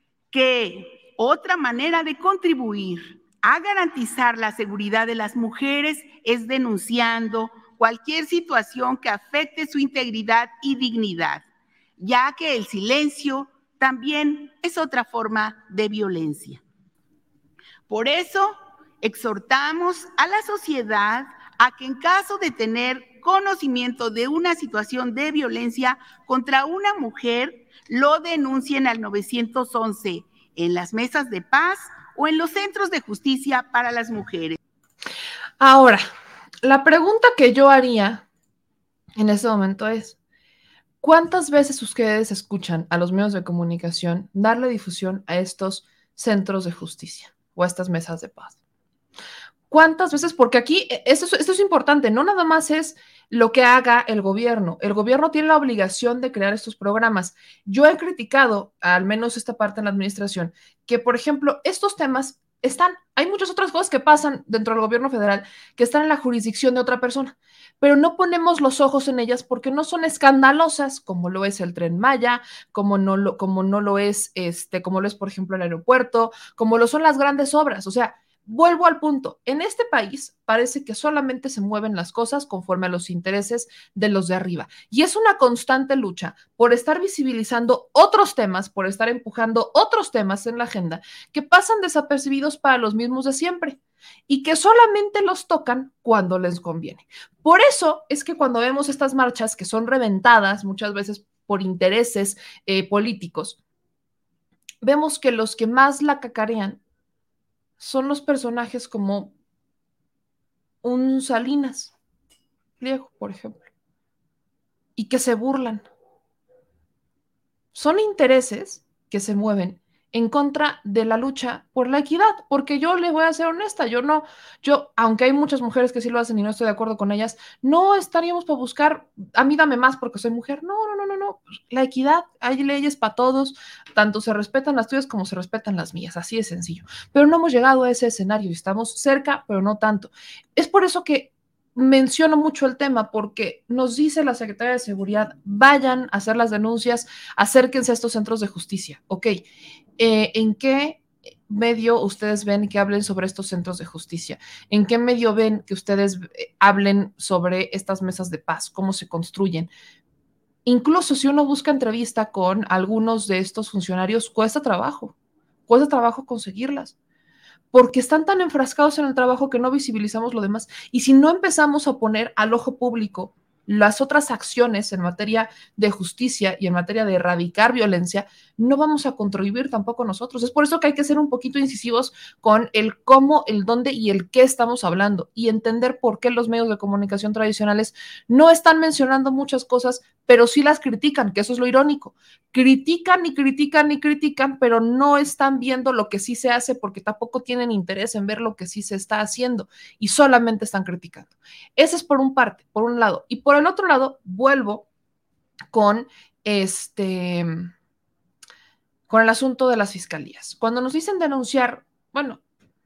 que otra manera de contribuir a garantizar la seguridad de las mujeres es denunciando cualquier situación que afecte su integridad y dignidad, ya que el silencio también es otra forma de violencia. Por eso, exhortamos a la sociedad a que en caso de tener conocimiento de una situación de violencia contra una mujer, lo denuncien al 911 en las mesas de paz o en los centros de justicia para las mujeres. Ahora, la pregunta que yo haría en este momento es, ¿cuántas veces ustedes escuchan a los medios de comunicación darle difusión a estos centros de justicia o a estas mesas de paz? ¿Cuántas veces? Porque aquí esto es importante, no nada más es lo que haga el gobierno tiene la obligación de crear estos programas. Yo he criticado, al menos esta parte en la administración, que por ejemplo, estos temas hay muchas otras cosas que pasan dentro del gobierno federal que están en la jurisdicción de otra persona, pero no ponemos los ojos en ellas porque no son escandalosas, como lo es el Tren Maya, como no lo es, como lo es, por ejemplo, el aeropuerto, como lo son las grandes obras. O sea, vuelvo al punto, en este país parece que solamente se mueven las cosas conforme a los intereses de los de arriba. Y es una constante lucha por estar visibilizando otros temas, por estar empujando otros temas en la agenda que pasan desapercibidos para los mismos de siempre y que solamente los tocan cuando les conviene. Por eso es que cuando vemos estas marchas que son reventadas muchas veces por intereses políticos, vemos que los que más la cacarean son los personajes como un Salinas Pliego, por ejemplo, y que se burlan. Son intereses que se mueven en contra de la lucha por la equidad, porque yo le voy a ser honesta, aunque hay muchas mujeres que sí lo hacen y no estoy de acuerdo con ellas, no estaríamos para buscar, a mí dame más porque soy mujer, no, la equidad, hay leyes para todos, tanto se respetan las tuyas como se respetan las mías, así de sencillo, pero no hemos llegado a ese escenario, estamos cerca, pero no tanto. Es por eso que menciono mucho el tema, porque nos dice la Secretaría de Seguridad, vayan a hacer las denuncias, acérquense a estos centros de justicia. Ok, ¿en qué medio ustedes ven que hablen sobre estos centros de justicia? ¿En qué medio ven que ustedes hablen sobre estas mesas de paz? ¿Cómo se construyen? Incluso si uno busca entrevista con algunos de estos funcionarios, cuesta trabajo conseguirlas, porque están tan enfrascados en el trabajo que no visibilizamos lo demás. Y si no empezamos a poner al ojo público las otras acciones en materia de justicia y en materia de erradicar violencia, no vamos a contribuir tampoco nosotros. Es por eso que hay que ser un poquito incisivos con el cómo, el dónde y el qué estamos hablando y entender por qué los medios de comunicación tradicionales no están mencionando muchas cosas, pero sí las critican, que eso es lo irónico. Critican y critican y critican, pero no están viendo lo que sí se hace porque tampoco tienen interés en ver lo que sí se está haciendo y solamente están criticando. Ese es por un lado. Y por el otro lado, vuelvo con con el asunto de las fiscalías. Cuando nos dicen denunciar, bueno,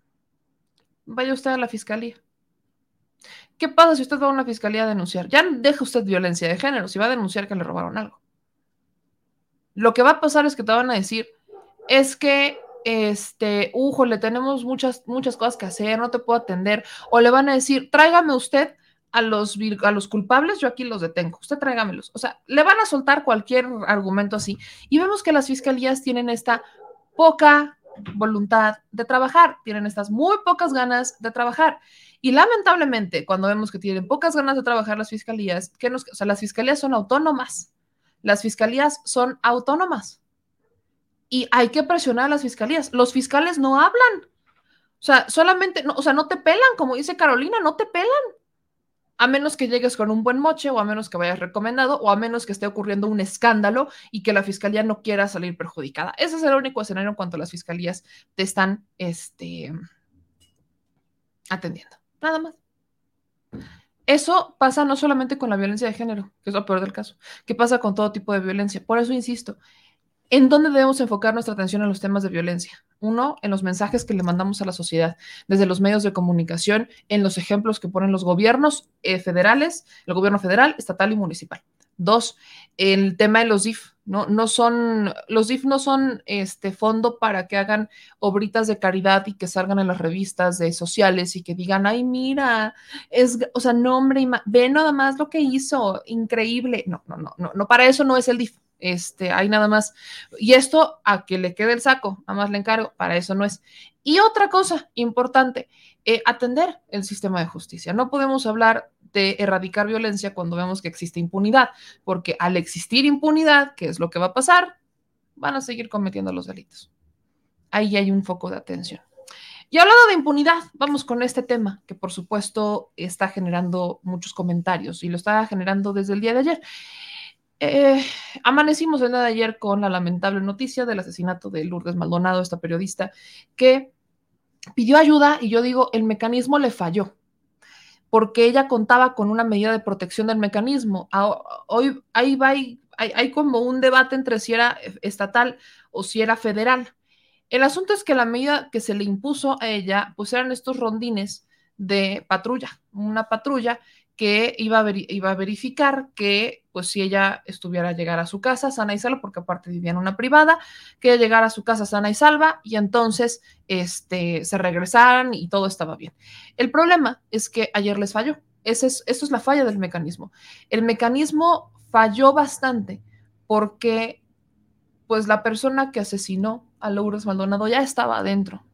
vaya usted a la fiscalía. ¿Qué pasa si usted va a una fiscalía a denunciar? Ya deja usted violencia de género, si va a denunciar que le robaron algo. Lo que va a pasar es que te van a decir, es que, le tenemos muchas cosas que hacer, no te puedo atender. O le van a decir, tráigame usted a los culpables, yo aquí los detengo, usted tráigamelos. O sea, le van a soltar cualquier argumento así. Y vemos que las fiscalías tienen esta poca voluntad de trabajar, tienen estas muy pocas ganas de trabajar. Y lamentablemente, cuando vemos que tienen pocas ganas de trabajar las fiscalías, las fiscalías son autónomas. Las fiscalías son autónomas. Y hay que presionar a las fiscalías. Los fiscales no hablan. O sea, solamente, no, o sea, no te pelan, como dice Carolina, no te pelan. A menos que llegues con un buen moche, o a menos que vayas recomendado, o a menos que esté ocurriendo un escándalo y que la fiscalía no quiera salir perjudicada. Ese es el único escenario en cuanto a las fiscalías te están atendiendo. Nada más. Eso pasa no solamente con la violencia de género, que es lo peor del caso, que pasa con todo tipo de violencia. Por eso insisto, ¿en dónde debemos enfocar nuestra atención en los temas de violencia? Uno, en los mensajes que le mandamos a la sociedad, desde los medios de comunicación, en los ejemplos que ponen los gobiernos federales, el gobierno federal, estatal y municipal. Dos, el tema de los DIF. Los DIF no son fondo para que hagan obritas de caridad y que salgan en las revistas sociales y que digan, ay, mira, o sea, no, hombre, ve nada más lo que hizo, increíble. No, para eso no es el DIF. Hay nada más. Y esto a que le quede el saco, nada más le encargo, para eso no es. Y otra cosa importante, atender el sistema de justicia. No podemos hablar de erradicar violencia cuando vemos que existe impunidad, porque al existir impunidad, ¿qué es lo que va a pasar? Van a seguir cometiendo los delitos. Ahí hay un foco de atención. Y hablando de impunidad, vamos con este tema que por supuesto está generando muchos comentarios y lo está generando desde el día de ayer. Amanecimos el día de ayer con la lamentable noticia del asesinato de Lourdes Maldonado, esta periodista que pidió ayuda y yo digo, el mecanismo le falló porque ella contaba con una medida de protección del mecanismo. Hoy hay como un debate entre si era estatal o si era federal. El asunto es que la medida que se le impuso a ella, pues eran estos rondines de patrulla, una patrulla que iba a verificar que, pues si ella estuviera a llegar a su casa sana y salva, porque aparte vivía en una privada, que ella llegara a su casa sana y salva, y entonces se regresaran y todo estaba bien. El problema es que ayer les falló. Eso es la falla del mecanismo. El mecanismo falló bastante porque pues la persona que asesinó a Lourdes Maldonado ya estaba adentro.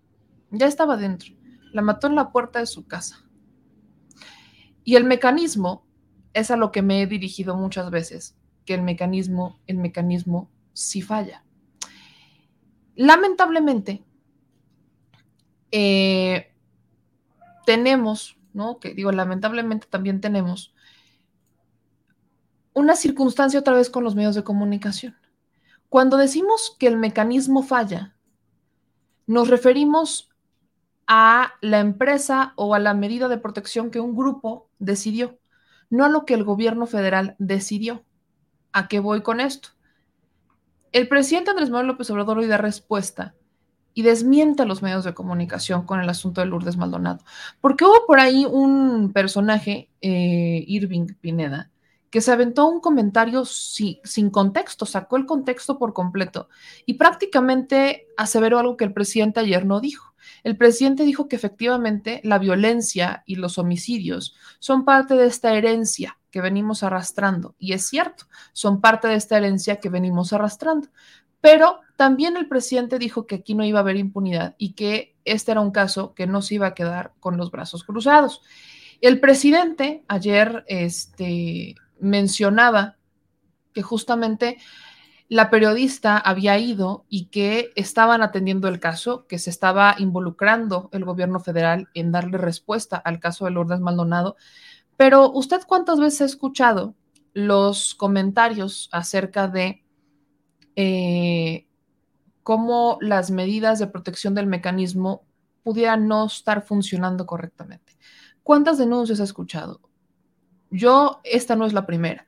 La mató en la puerta de su casa. Y el mecanismo es a lo que me he dirigido muchas veces, que el mecanismo sí falla. Lamentablemente, tenemos, ¿no? Que digo, lamentablemente también tenemos una circunstancia otra vez con los medios de comunicación. Cuando decimos que el mecanismo falla, nos referimos a la empresa o a la medida de protección que un grupo decidió, no a lo que el gobierno federal decidió. ¿A qué voy con esto? El presidente Andrés Manuel López Obrador hoy da respuesta y desmiente a los medios de comunicación con el asunto de Lourdes Maldonado, porque hubo por ahí un personaje, Irving Pineda, que se aventó un comentario sin contexto, sacó el contexto por completo y prácticamente aseveró algo que el presidente ayer no dijo. El presidente dijo que efectivamente la violencia y los homicidios son parte de esta herencia que venimos arrastrando, y es cierto, son parte de esta herencia que venimos arrastrando, pero también el presidente dijo que aquí no iba a haber impunidad y que este era un caso que no se iba a quedar con los brazos cruzados. El presidente ayer mencionaba que justamente la periodista había ido y que estaban atendiendo el caso, que se estaba involucrando el gobierno federal en darle respuesta al caso de Lourdes Maldonado. Pero ¿usted cuántas veces ha escuchado los comentarios acerca de cómo las medidas de protección del mecanismo pudieran no estar funcionando correctamente? ¿Cuántas denuncias ha escuchado? Esta no es la primera.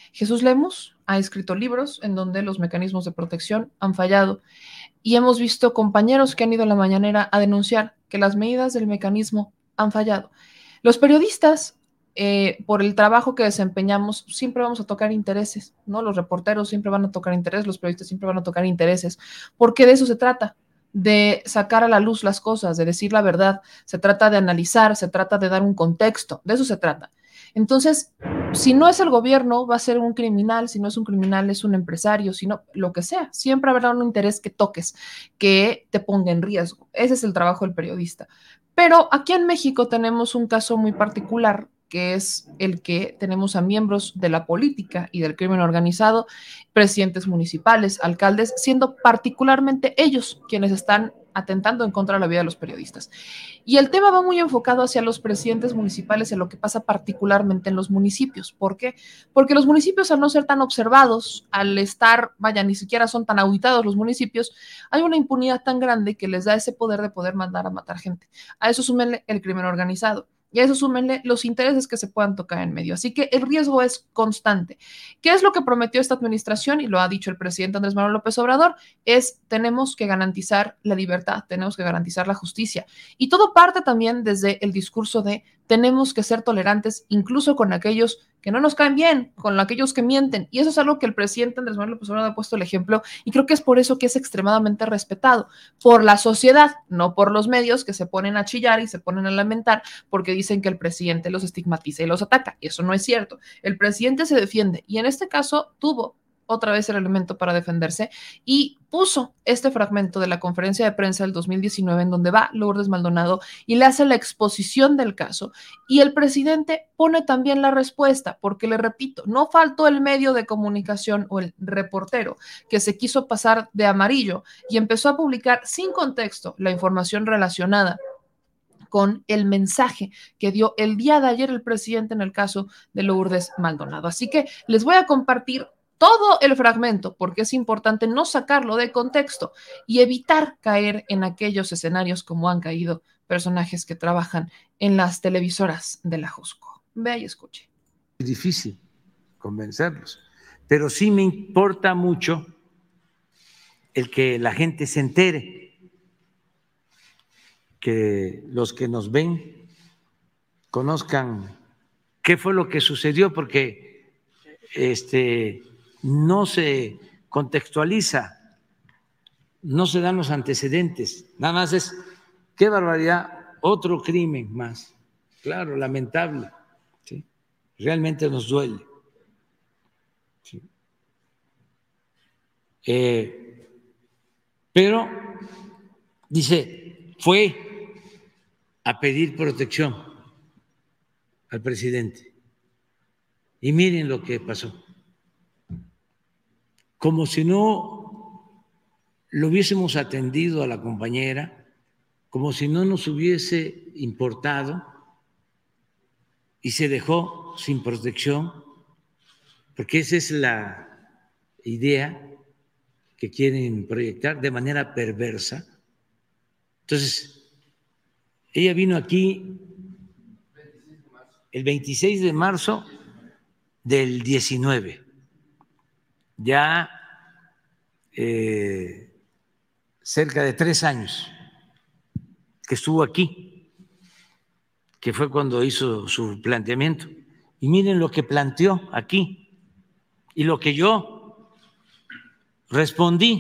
Jesús Lemus ha escrito libros en donde los mecanismos de protección han fallado y hemos visto compañeros que han ido a la mañanera a denunciar que las medidas del mecanismo han fallado. Los periodistas, por el trabajo que desempeñamos, siempre vamos a tocar intereses, ¿no? Los reporteros siempre van a tocar intereses, los periodistas siempre van a tocar intereses, porque de eso se trata, de sacar a la luz las cosas, de decir la verdad, se trata de analizar, se trata de dar un contexto, de eso se trata. Entonces, si no es el gobierno, va a ser un criminal, si no es un criminal, es un empresario, si no, lo que sea, siempre habrá un interés que toques, que te ponga en riesgo. Ese es el trabajo del periodista. Pero aquí en México tenemos un caso muy particular, que es el que tenemos a miembros de la política y del crimen organizado, presidentes municipales, alcaldes, siendo particularmente ellos quienes están atentando en contra de la vida de los periodistas. Y el tema va muy enfocado hacia los presidentes municipales, en lo que pasa particularmente en los municipios. ¿Por qué? Porque los municipios, al no ser tan observados, al estar, vaya, ni siquiera son tan auditados los municipios, hay una impunidad tan grande que les da ese poder de poder mandar a matar gente. A eso súmenle el crimen organizado. Y a eso súmenle los intereses que se puedan tocar en medio. Así que el riesgo es constante. ¿Qué es lo que prometió esta administración? Y lo ha dicho el presidente Andrés Manuel López Obrador, es tenemos que garantizar la libertad, tenemos que garantizar la justicia. Y todo parte también desde el discurso de tenemos que ser tolerantes incluso con aquellos que no nos caen bien, con aquellos que mienten. Y eso es algo que el presidente Andrés Manuel López Obrador ha puesto el ejemplo y creo que es por eso que es extremadamente respetado por la sociedad, no por los medios que se ponen a chillar y se ponen a lamentar porque dicen que el presidente los estigmatiza y los ataca. Y eso no es cierto. El presidente se defiende y en este caso tuvo otra vez el elemento para defenderse y puso este fragmento de la conferencia de prensa del 2019 en donde va Lourdes Maldonado y le hace la exposición del caso y el presidente pone también la respuesta porque, le repito, no faltó el medio de comunicación o el reportero que se quiso pasar de amarillo y empezó a publicar sin contexto la información relacionada con el mensaje que dio el día de ayer el presidente en el caso de Lourdes Maldonado. Así que les voy a compartir todo el fragmento porque es importante no sacarlo de contexto y evitar caer en aquellos escenarios como han caído personajes que trabajan en las televisoras de la Jusco. Vea y escuche. Es difícil convencerlos, pero sí me importa mucho el que la gente se entere, que los que nos ven conozcan qué fue lo que sucedió, porque no se contextualiza, no se dan los antecedentes, nada más es, qué barbaridad, otro crimen más, claro, lamentable, ¿sí? Realmente nos duele. ¿Sí? Pero, dice, fue a pedir protección al presidente. Y miren lo que pasó. Como si no lo hubiésemos atendido a la compañera, como si no nos hubiese importado y se dejó sin protección, porque esa es la idea que quieren proyectar de manera perversa. Entonces, ella vino aquí el 26 de marzo del 19, ya cerca de 3 años que estuvo aquí, que fue cuando hizo su planteamiento. Y miren lo que planteó aquí y lo que yo respondí.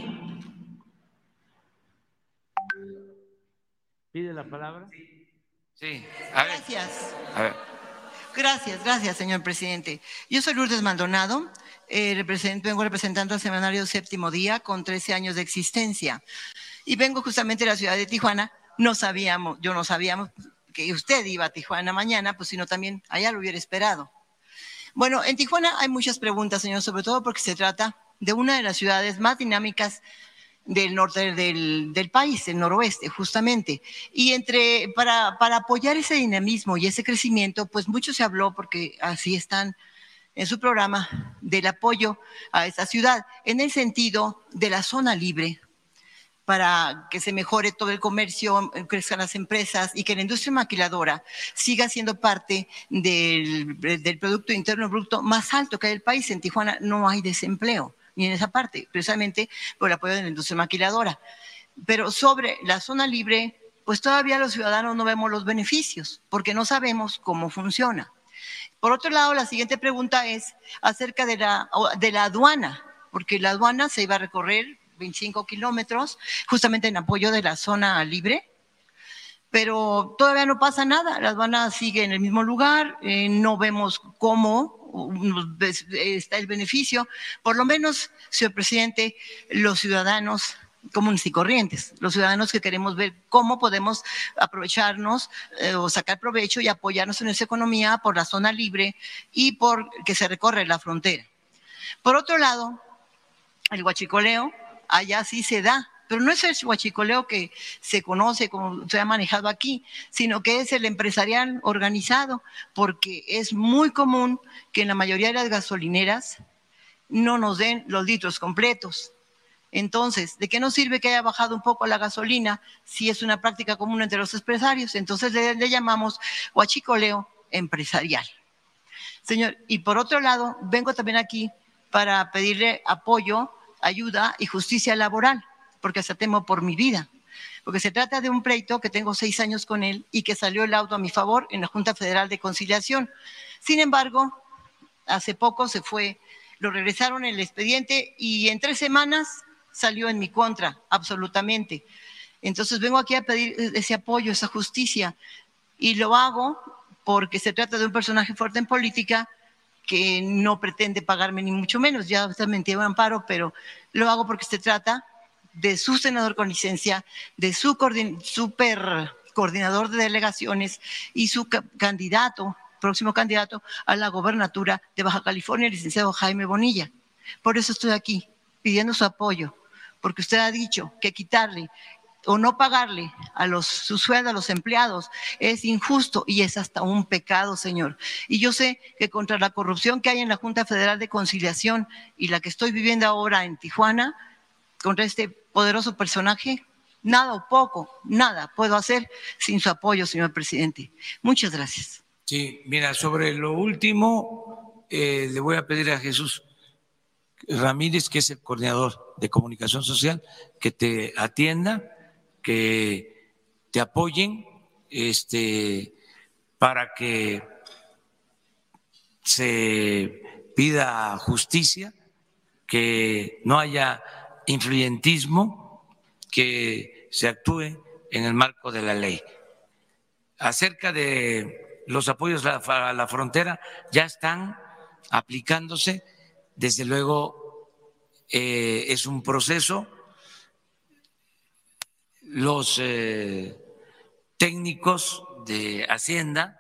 ¿Pide la palabra? Sí. Gracias. A ver. Gracias, señor presidente. Yo soy Lourdes Maldonado, vengo representando al semanario Séptimo Día con 13 años de existencia y vengo justamente de la ciudad de Tijuana. Yo no sabíamos que usted iba a Tijuana mañana, pues sino también allá lo hubiera esperado. Bueno, en Tijuana hay muchas preguntas, señor, sobre todo porque se trata de una de las ciudades más dinámicas del norte del país, el noroeste, justamente. Y para apoyar ese dinamismo y ese crecimiento, pues mucho se habló, porque así están en su programa, del apoyo a esta ciudad, en el sentido de la zona libre, para que se mejore todo el comercio, crezcan las empresas y que la industria maquiladora siga siendo parte del Producto Interno Bruto más alto que hay en el país. En Tijuana no hay desempleo, ni en esa parte, precisamente por el apoyo de la industria maquiladora. Pero sobre la zona libre, pues todavía los ciudadanos no vemos los beneficios, porque no sabemos cómo funciona. Por otro lado, la siguiente pregunta es acerca de la aduana, porque la aduana se iba a recorrer 25 kilómetros, justamente en apoyo de la zona libre, pero todavía no pasa nada, la aduana sigue en el mismo lugar, no vemos cómo está el beneficio. Por lo menos, señor presidente, los ciudadanos comunes y corrientes, los ciudadanos que queremos ver cómo podemos aprovecharnos o sacar provecho y apoyarnos en esa economía por la zona libre y por que se recorre la frontera. Por otro lado, el huachicoleo, allá sí se da, pero no es el huachicoleo que se conoce como se ha manejado aquí, sino que es el empresarial organizado, porque es muy común que en la mayoría de las gasolineras no nos den los litros completos. Entonces, ¿de qué nos sirve que haya bajado un poco la gasolina si es una práctica común entre los empresarios? Entonces le llamamos huachicoleo empresarial. Señor, y por otro lado, vengo también aquí para pedirle apoyo, ayuda y justicia laboral, porque hasta temo por mi vida, porque se trata de un pleito que tengo 6 años con él y que salió el laudo a mi favor en la Junta Federal de Conciliación. Sin embargo, hace poco se fue, lo regresaron el expediente y en 3 semanas salió en mi contra, absolutamente. Entonces vengo aquí a pedir ese apoyo, esa justicia, y lo hago porque se trata de un personaje fuerte en política que no pretende pagarme ni mucho menos, ya está mentido en amparo, pero lo hago porque se trata de su senador con licencia, de su super coordinador de delegaciones y su candidato, próximo candidato a la gobernatura de Baja California, el licenciado Jaime Bonilla. Por eso estoy aquí, pidiendo su apoyo, porque usted ha dicho que quitarle o no pagarle su sueldo a los empleados es injusto y es hasta un pecado, señor. Y yo sé que contra la corrupción que hay en la Junta Federal de Conciliación y la que estoy viviendo ahora en Tijuana, contra este poderoso personaje, nada o poco, nada puedo hacer sin su apoyo, señor presidente. Muchas gracias. Sí, mira, sobre lo último, le voy a pedir a Jesús Ramírez, que es el coordinador de comunicación social, que te atienda, que te apoyen, para que se pida justicia, que no haya influyentismo, que se actúe en el marco de la ley. Acerca de los apoyos a la frontera, ya están aplicándose, desde luego es un proceso. Los técnicos de Hacienda,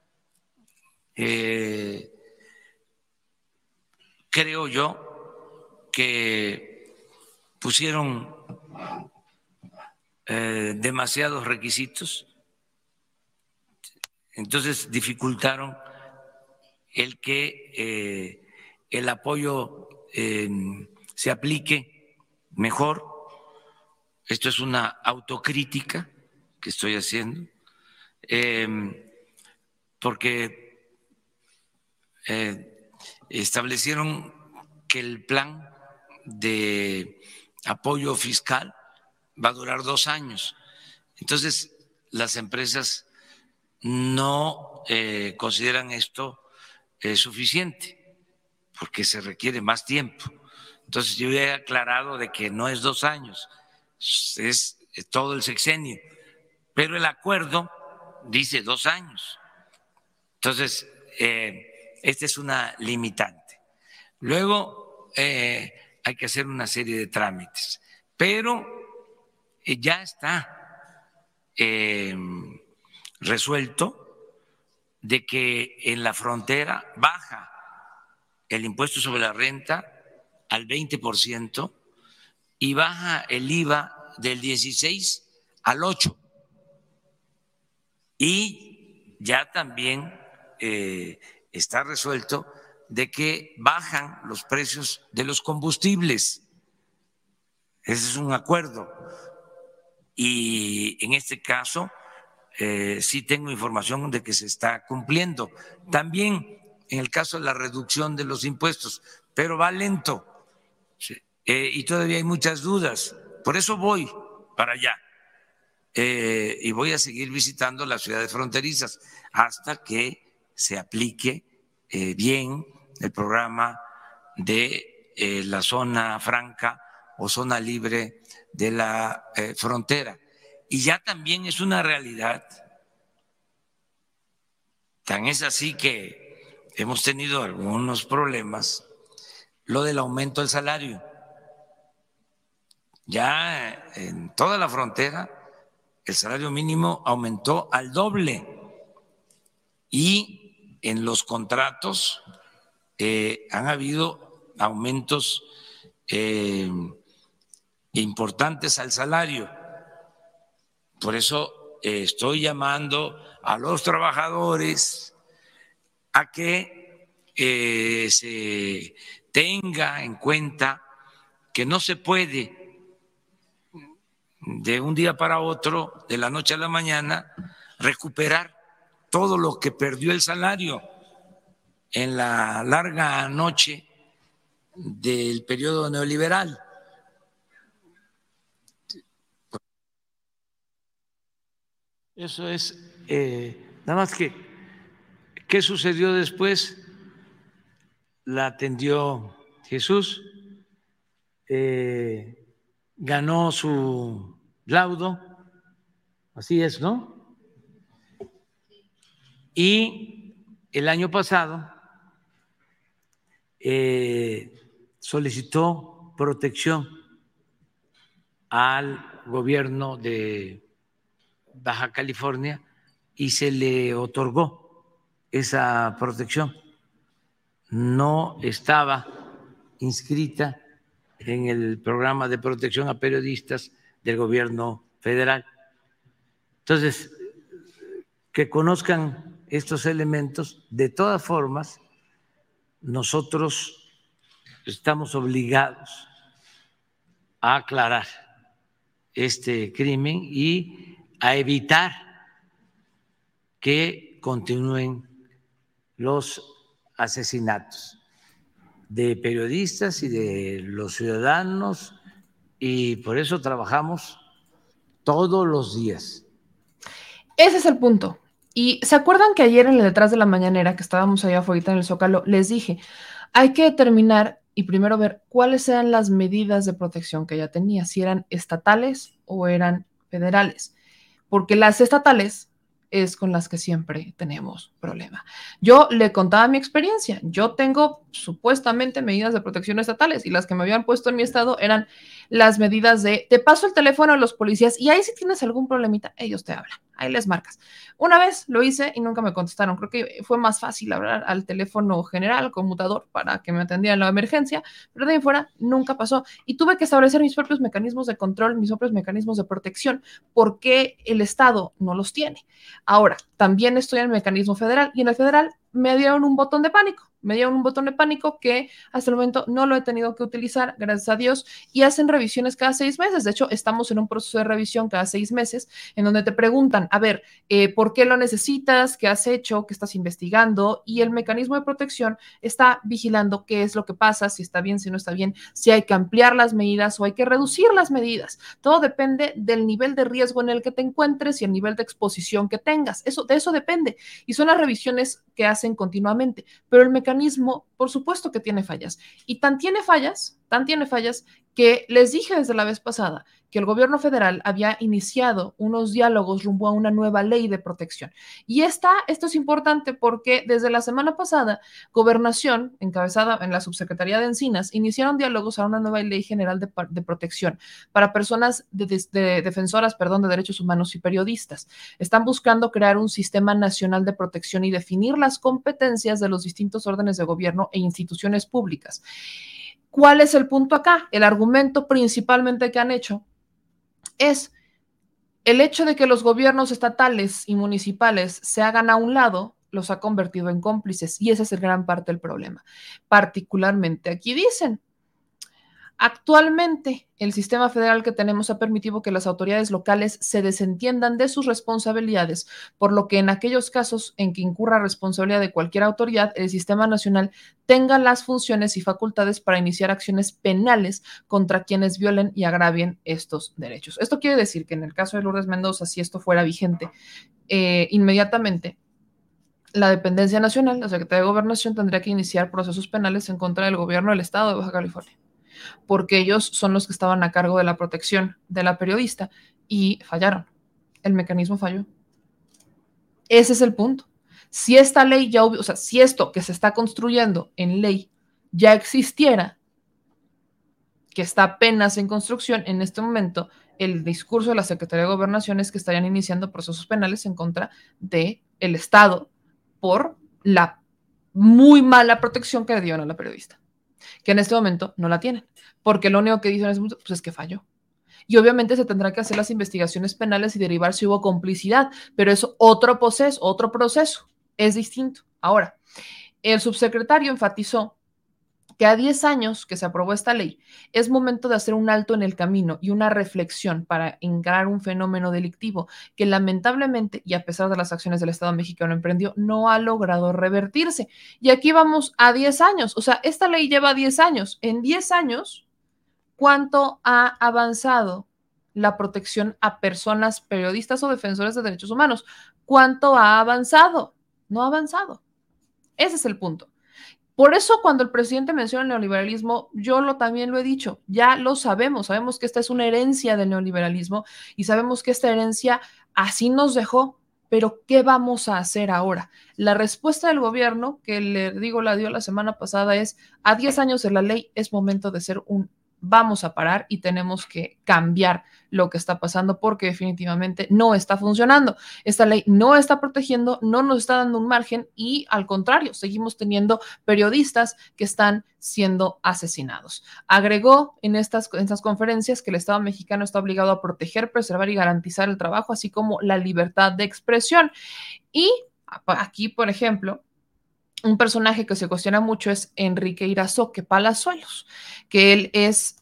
creo yo, que pusieron demasiados requisitos, entonces dificultaron el que el apoyo se aplique mejor. Esto es una autocrítica que estoy haciendo, porque establecieron que el plan de apoyo fiscal va a durar 2 años. Entonces, las empresas no consideran esto suficiente, porque se requiere más tiempo. Entonces, yo he aclarado de que no es 2 años, es todo el sexenio, pero el acuerdo dice 2 años. Entonces, esta es una limitante. Luego hay que hacer una serie de trámites, pero ya está resuelto de que en la frontera baja el impuesto sobre la renta al 20% y baja el IVA del 16 al 8%. Y ya también está resuelto de que bajan los precios de los combustibles. Ese es un acuerdo y en este caso sí tengo información de que se está cumpliendo. También en el caso de la reducción de los impuestos, pero va lento, sí, y todavía hay muchas dudas. Por eso voy para allá y voy a seguir visitando las ciudades fronterizas hasta que se aplique bien el programa de la zona franca o zona libre de la frontera. Y ya también es una realidad. Tan es así que hemos tenido algunos problemas, lo del aumento del salario. Ya en toda la frontera el salario mínimo aumentó al doble y en los contratos han habido aumentos importantes al salario. Por eso estoy llamando a los trabajadores a que se tenga en cuenta que no se puede de un día para otro, de la noche a la mañana, recuperar todo lo que perdió el salario en la larga noche del periodo neoliberal. Eso es, nada más que, ¿qué sucedió después? La atendió Jesús, ganó su laudo, así es, ¿no? Y el año pasado solicitó protección al gobierno de Baja California y se le otorgó esa protección. No estaba inscrita en el programa de protección a periodistas del gobierno federal. Entonces, que conozcan estos elementos. De todas formas, nosotros estamos obligados a aclarar este crimen y a evitar que continúen los asesinatos de periodistas y de los ciudadanos, y por eso trabajamos todos los días. Ese es el punto. Y ¿se acuerdan que ayer en el Detrás de la Mañanera, que estábamos allá afuera en el Zócalo, les dije, hay que determinar y primero ver cuáles eran las medidas de protección que ella tenía, si eran estatales o eran federales? Porque las estatales es con las que siempre tenemos problema. Yo le contaba mi experiencia. Yo tengo supuestamente medidas de protección estatales y las que me habían puesto en mi estado eran las medidas de te paso el teléfono a los policías y ahí si tienes algún problemita, ellos te hablan. Ahí les marcas. Una vez lo hice y nunca me contestaron. Creo que fue más fácil hablar al teléfono general, conmutador, para que me atendieran la emergencia, pero de ahí fuera nunca pasó. Y tuve que establecer mis propios mecanismos de control, mis propios mecanismos de protección, porque el Estado no los tiene. Ahora, también estoy en el mecanismo federal y en el federal me dieron un botón de pánico. Me dieron un botón de pánico que hasta el momento no lo he tenido que utilizar, gracias a Dios, y hacen revisiones cada 6 meses. De hecho, estamos en un proceso de revisión cada 6 meses en donde te preguntan, a ver, ¿por qué lo necesitas? ¿Qué has hecho? ¿Qué estás investigando? Y el mecanismo de protección está vigilando qué es lo que pasa, si está bien, si no está bien, si hay que ampliar las medidas o hay que reducir las medidas. Todo depende del nivel de riesgo en el que te encuentres y el nivel de exposición que tengas. De eso depende. Y son las revisiones que hacen continuamente. Pero el mecanismo, por supuesto que tiene fallas. Y tan tiene fallas que les dije desde la vez pasada que el gobierno federal había iniciado unos diálogos rumbo a una nueva ley de protección. Y esto es importante porque desde la semana pasada, Gobernación, encabezada en la subsecretaría de Encinas, iniciaron diálogos a una nueva ley general de protección para personas defensoras, de derechos humanos y periodistas. Están buscando crear un sistema nacional de protección y definir las competencias de los distintos órdenes de gobierno e instituciones públicas. ¿Cuál es el punto acá? El argumento principalmente que han hecho es el hecho de que los gobiernos estatales y municipales se hagan a un lado, los ha convertido en cómplices y esa es el gran parte del problema. Particularmente aquí dicen, Actualmente, el sistema federal que tenemos ha permitido que las autoridades locales se desentiendan de sus responsabilidades, por lo que en aquellos casos en que incurra responsabilidad de cualquier autoridad, el sistema nacional tenga las funciones y facultades para iniciar acciones penales contra quienes violen y agravien estos derechos. Esto quiere decir que en el caso de Lourdes Mendoza, si esto fuera vigente, inmediatamente la dependencia nacional, la Secretaría de Gobernación, tendría que iniciar procesos penales en contra del gobierno del estado de Baja California, porque ellos son los que estaban a cargo de la protección de la periodista y fallaron. El mecanismo falló. Ese es el punto. Si esta ley ya, o sea, si esto que se está construyendo en ley ya existiera, que está apenas en construcción en este momento, el discurso de la Secretaría de Gobernación es que estarían iniciando procesos penales en contra del Estado por la muy mala protección que le dieron a la periodista, que en este momento no la tienen, porque lo único que dicen es que falló. Y obviamente se tendrá que hacer las investigaciones penales y derivar si hubo complicidad, pero es otro proceso, es distinto. Ahora, el subsecretario enfatizó que a 10 años que se aprobó esta ley, es momento de hacer un alto en el camino y una reflexión para encarar un fenómeno delictivo que lamentablemente, y a pesar de las acciones del Estado mexicano emprendió, no ha logrado revertirse. Y aquí vamos a 10 años, o sea, esta ley lleva 10 años. En 10 años, ¿cuánto ha avanzado la protección a personas periodistas o defensores de derechos humanos? ¿Cuánto ha avanzado? No ha avanzado. Ese es el punto. Por eso cuando el presidente menciona el neoliberalismo, yo también lo he dicho, ya lo sabemos que esta es una herencia del neoliberalismo y sabemos que esta herencia así nos dejó, pero ¿qué vamos a hacer ahora? La respuesta del gobierno, que la dio la semana pasada, es a 10 años de la ley es momento de ser vamos a parar y tenemos que cambiar lo que está pasando porque definitivamente no está funcionando. Esta ley no está protegiendo, no nos está dando un margen y al contrario, seguimos teniendo periodistas que están siendo asesinados. Agregó en estas conferencias que el Estado mexicano está obligado a proteger, preservar y garantizar el trabajo, así como la libertad de expresión. Y aquí, por ejemplo, un personaje que se cuestiona mucho es Enrique Irazoque Palazuelos, que él es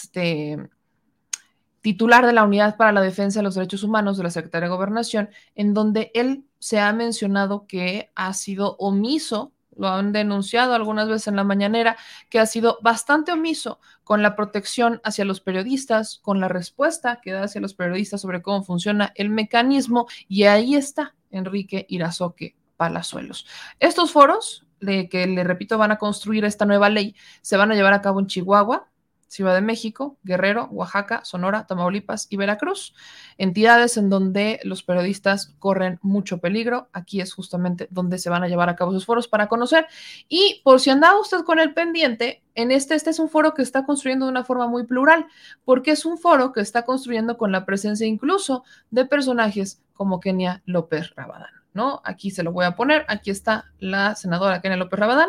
titular de la Unidad para la Defensa de los Derechos Humanos de la Secretaría de Gobernación, en donde él se ha mencionado que ha sido omiso, lo han denunciado algunas veces en la mañanera, que ha sido bastante omiso con la protección hacia los periodistas, con la respuesta que da hacia los periodistas sobre cómo funciona el mecanismo, y ahí está Enrique Irazoque Palazuelos. Estos foros, que le repito, van a construir esta nueva ley, se van a llevar a cabo en Chihuahua, Ciudad de México, Guerrero, Oaxaca, Sonora, Tamaulipas y Veracruz, entidades en donde los periodistas corren mucho peligro. Aquí es justamente donde se van a llevar a cabo esos foros para conocer. Y por si andaba usted con el pendiente, este es un foro que está construyendo de una forma muy plural, porque es un foro que está construyendo con la presencia incluso de personajes como Kenia López Rabadán, ¿no? Aquí se lo voy a poner, aquí está la senadora Kenia López Rabadán.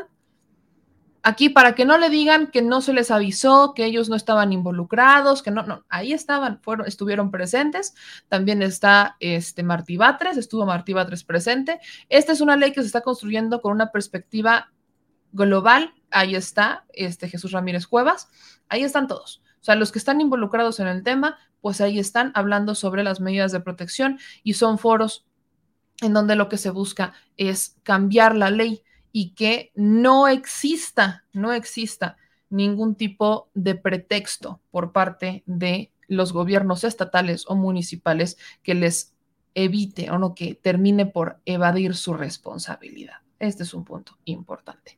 Aquí para que no le digan que no se les avisó, que ellos no estaban involucrados, que no, ahí estuvieron presentes. También está Martí Batres, estuvo Martí Batres presente. Esta es una ley que se está construyendo con una perspectiva global. Ahí está Jesús Ramírez Cuevas, ahí están todos. O sea, los que están involucrados en el tema, pues ahí están hablando sobre las medidas de protección y son foros en donde lo que se busca es cambiar la ley y que no exista ningún tipo de pretexto por parte de los gobiernos estatales o municipales que les evite o no, que termine por evadir su responsabilidad. Este es un punto importante.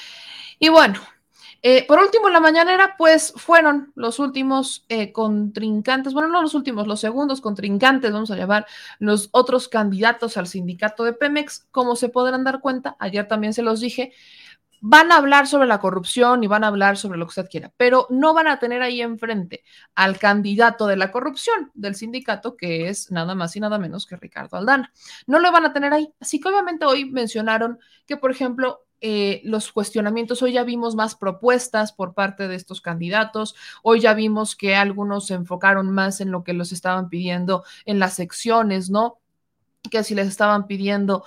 Y bueno, por último, en la mañanera, pues fueron los últimos contrincantes, bueno, no los últimos, los segundos contrincantes, vamos a llamar, los otros candidatos al sindicato de Pemex. Como se podrán dar cuenta, ayer también se los dije, van a hablar sobre la corrupción y van a hablar sobre lo que usted quiera, pero no van a tener ahí enfrente al candidato de la corrupción del sindicato, que es nada más y nada menos que Ricardo Aldana. No lo van a tener ahí. Así que obviamente hoy mencionaron que, por ejemplo, los cuestionamientos, hoy ya vimos más propuestas por parte de estos candidatos, hoy ya vimos que algunos se enfocaron más en lo que los estaban pidiendo en las secciones, ¿no? que si les estaban pidiendo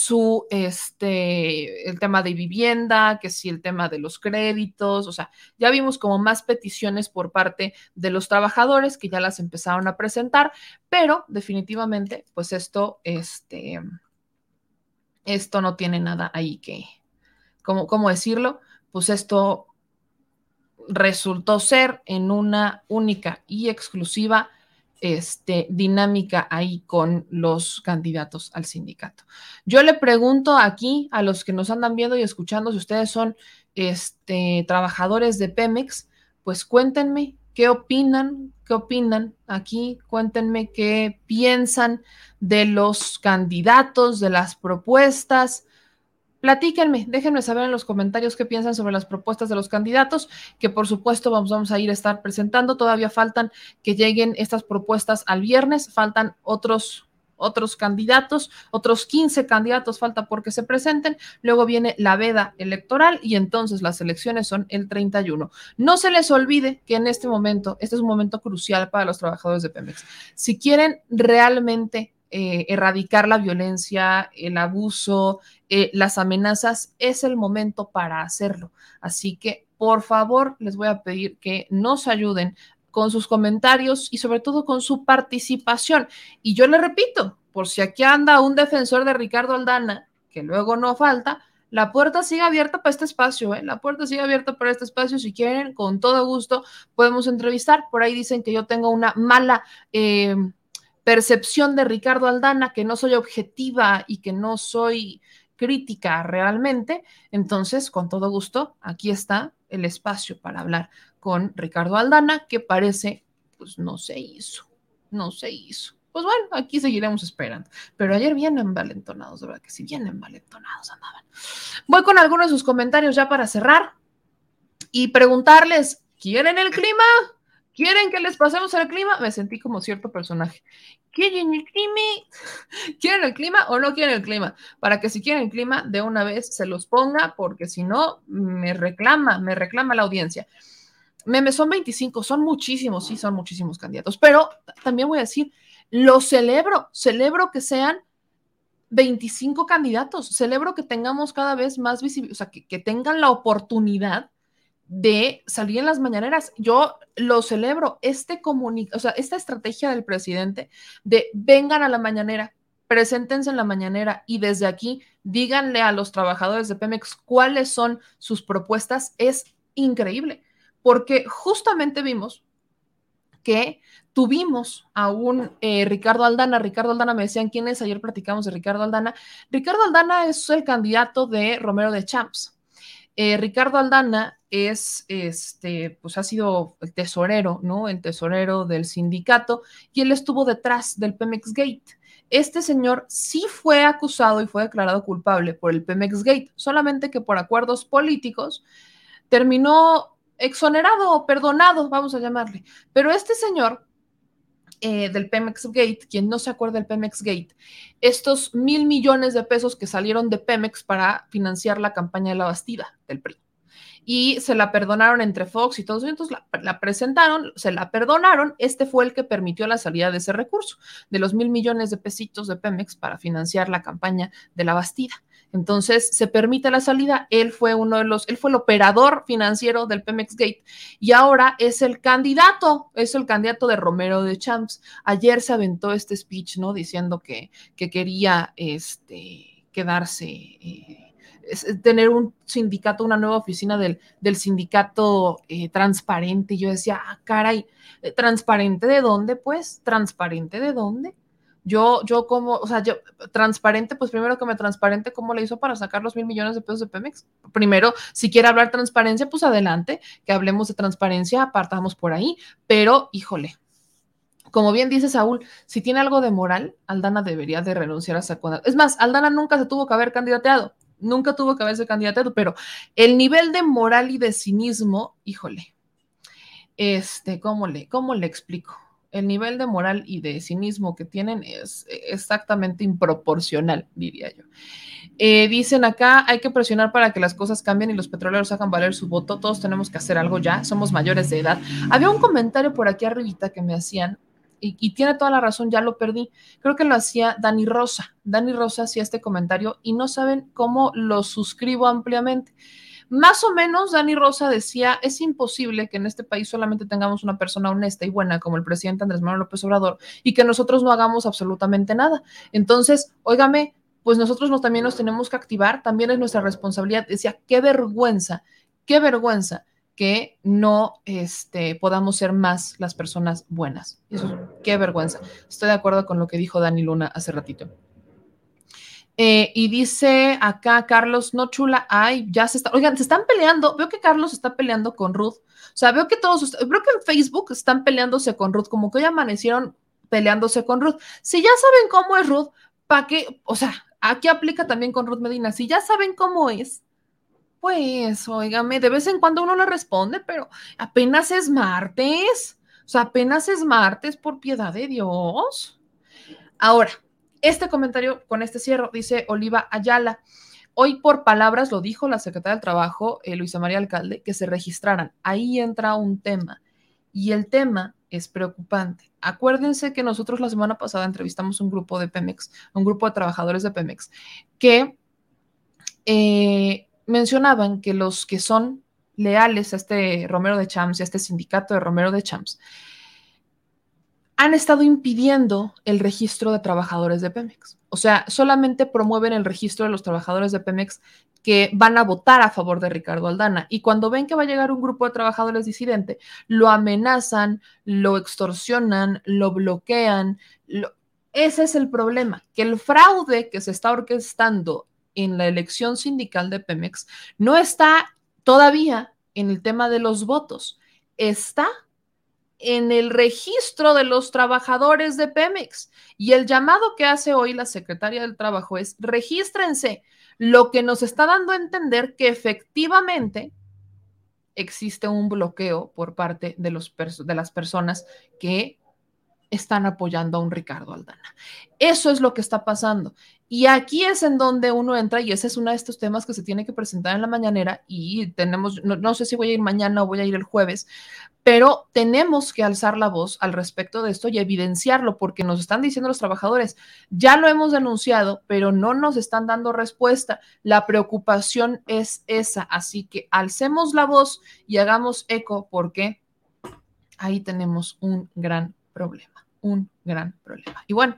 el tema de vivienda, que si el tema de los créditos, o sea, ya vimos como más peticiones por parte de los trabajadores que ya las empezaron a presentar, pero definitivamente, pues esto no tiene nada ahí que, ¿cómo decirlo? Pues esto resultó ser en una única y exclusiva dinámica ahí con los candidatos al sindicato. Yo le pregunto aquí a los que nos andan viendo y escuchando, si ustedes son trabajadores de Pemex, pues cuéntenme qué opinan aquí, cuéntenme qué piensan de los candidatos, de las propuestas. Platíquenme, déjenme saber en los comentarios qué piensan sobre las propuestas de los candidatos, que por supuesto vamos a ir a estar presentando. Todavía faltan que lleguen estas propuestas al viernes, faltan otros candidatos, otros 15 candidatos falta porque se presenten, luego viene la veda electoral y entonces las elecciones son el 31. No se les olvide que en este momento, este es un momento crucial para los trabajadores de Pemex. Si quieren realmente erradicar la violencia, el abuso, las amenazas, es el momento para hacerlo. Así que, por favor, les voy a pedir que nos ayuden con sus comentarios y sobre todo con su participación. Y yo le repito, por si aquí anda un defensor de Ricardo Aldana, que luego no falta, la puerta sigue abierta para este espacio, la puerta sigue abierta para este espacio. Si quieren, con todo gusto, podemos entrevistar. Por ahí dicen que yo tengo una mala percepción de Ricardo Aldana, que no soy objetiva y que no soy crítica realmente. Entonces, con todo gusto, aquí está el espacio para hablar con Ricardo Aldana, que parece, pues no se hizo. Pues bueno, aquí seguiremos esperando. Pero ayer bien envalentonados, de verdad que sí, bien envalentonados andaban. Voy con algunos de sus comentarios ya para cerrar y preguntarles, ¿quieren el clima? ¿Quieren que les pasemos el clima? Me sentí como cierto personaje. ¿Quieren el clima? ¿Quieren el clima o no quieren el clima? Para que si quieren el clima, de una vez se los ponga, porque si no, me reclama la audiencia. Son 25, son muchísimos, sí, son muchísimos candidatos, pero también voy a decir, lo celebro que sean 25 candidatos, celebro que tengamos cada vez más visibilidad, o sea, que tengan la oportunidad de salir en las mañaneras. Yo lo celebro, esta estrategia del presidente de vengan a la mañanera, preséntense en la mañanera y desde aquí díganle a los trabajadores de Pemex cuáles son sus propuestas, es increíble, porque justamente vimos que tuvimos a un Ricardo Aldana. Ricardo Aldana, me decían quién es, ayer platicamos de Ricardo Aldana. Ricardo Aldana es el candidato de Romero de Champs. Ricardo Aldana es, pues ha sido el tesorero, ¿no? El tesorero del sindicato y él estuvo detrás del Pemex Gate. Este señor sí fue acusado y fue declarado culpable por el Pemex Gate, solamente que por acuerdos políticos terminó exonerado o perdonado, vamos a llamarle. Pero este señor del Pemex Gate, quien no se acuerda del Pemex Gate, estos 1,000 millones de pesos que salieron de Pemex para financiar la campaña de la Bastida del PRI. Y se la perdonaron entre Fox y todos, entonces la presentaron, se la perdonaron, fue el que permitió la salida de ese recurso, de los 1,000 millones de pesitos de Pemex para financiar la campaña de la Bastida. Entonces se permite la salida, él fue el operador financiero del Pemex Gate y ahora es el candidato de Romero de Champs. Ayer se aventó este speech, ¿no? Diciendo que quería quedarse, tener un sindicato, una nueva oficina del sindicato transparente. Y yo decía, caray, ¿transparente de dónde, pues? ¿Transparente de dónde? Yo transparente, pues primero que me transparente cómo le hizo para sacar los 1,000 millones de pesos de Pemex. Primero, si quiere hablar transparencia, pues adelante, que hablemos de transparencia, apartamos por ahí, pero híjole, como bien dice Saúl, si tiene algo de moral, Aldana debería de renunciar a esa cuenta. Es más, Aldana nunca se tuvo que haber candidateado, pero el nivel de moral y de cinismo, híjole, ¿cómo le explico? El nivel de moral y de cinismo que tienen es exactamente improporcional, diría yo. Dicen acá, hay que presionar para que las cosas cambien y los petroleros hagan valer su voto. Todos tenemos que hacer algo ya, somos mayores de edad. Había un comentario por aquí arribita que me hacían y tiene toda la razón, ya lo perdí. Creo que lo hacía Dani Rosa. Dani Rosa hacía este comentario y no saben cómo lo suscribo ampliamente. Más o menos, Dani Rosa decía, es imposible que en este país solamente tengamos una persona honesta y buena como el presidente Andrés Manuel López Obrador y que nosotros no hagamos absolutamente nada. Entonces, óigame, pues nosotros también nos tenemos que activar, también es nuestra responsabilidad. Decía, qué vergüenza que no podamos ser más las personas buenas. Eso, qué vergüenza. Estoy de acuerdo con lo que dijo Dani Luna hace ratito. Y dice acá Carlos, no chula, ay, ya se está, oigan, se están peleando, veo que Carlos está peleando con Ruth, o sea, veo que en Facebook están peleándose con Ruth, como que hoy amanecieron peleándose con Ruth. Si ya saben cómo es Ruth, ¿para qué? O sea, aquí aplica también con Ruth Medina, si ya saben cómo es, pues, óigame, de vez en cuando uno le responde, pero apenas es martes, o sea, apenas es martes, por piedad de Dios. Ahora, este comentario con este cierro, dice Oliva Ayala. Hoy por palabras lo dijo la secretaria del Trabajo, Luisa María Alcalde, que se registraran. Ahí entra un tema y el tema es preocupante. Acuérdense que nosotros la semana pasada entrevistamos un grupo de Pemex, un grupo de trabajadores de Pemex, que mencionaban que los que son leales a este Romero de Champs y a este sindicato de Romero de Champs han estado impidiendo el registro de trabajadores de Pemex. O sea, solamente promueven el registro de los trabajadores de Pemex que van a votar a favor de Ricardo Aldana. Y cuando ven que va a llegar un grupo de trabajadores disidente, lo amenazan, lo extorsionan, lo bloquean. Ese es el problema, que el fraude que se está orquestando en la elección sindical de Pemex no está todavía en el tema de los votos, está en el registro de los trabajadores de Pemex. Y el llamado que hace hoy la secretaria del Trabajo es: regístrense, lo que nos está dando a entender que efectivamente existe un bloqueo por parte de las personas que están apoyando a un Ricardo Aldana. Eso es lo que está pasando. Y aquí es en donde uno entra, y ese es uno de estos temas que se tiene que presentar en la mañanera, y tenemos, no sé si voy a ir mañana o voy a ir el jueves, pero tenemos que alzar la voz al respecto de esto y evidenciarlo, porque nos están diciendo los trabajadores, ya lo hemos denunciado, pero no nos están dando respuesta. La preocupación es esa, así que alcemos la voz y hagamos eco, porque ahí tenemos un gran problema. Y bueno,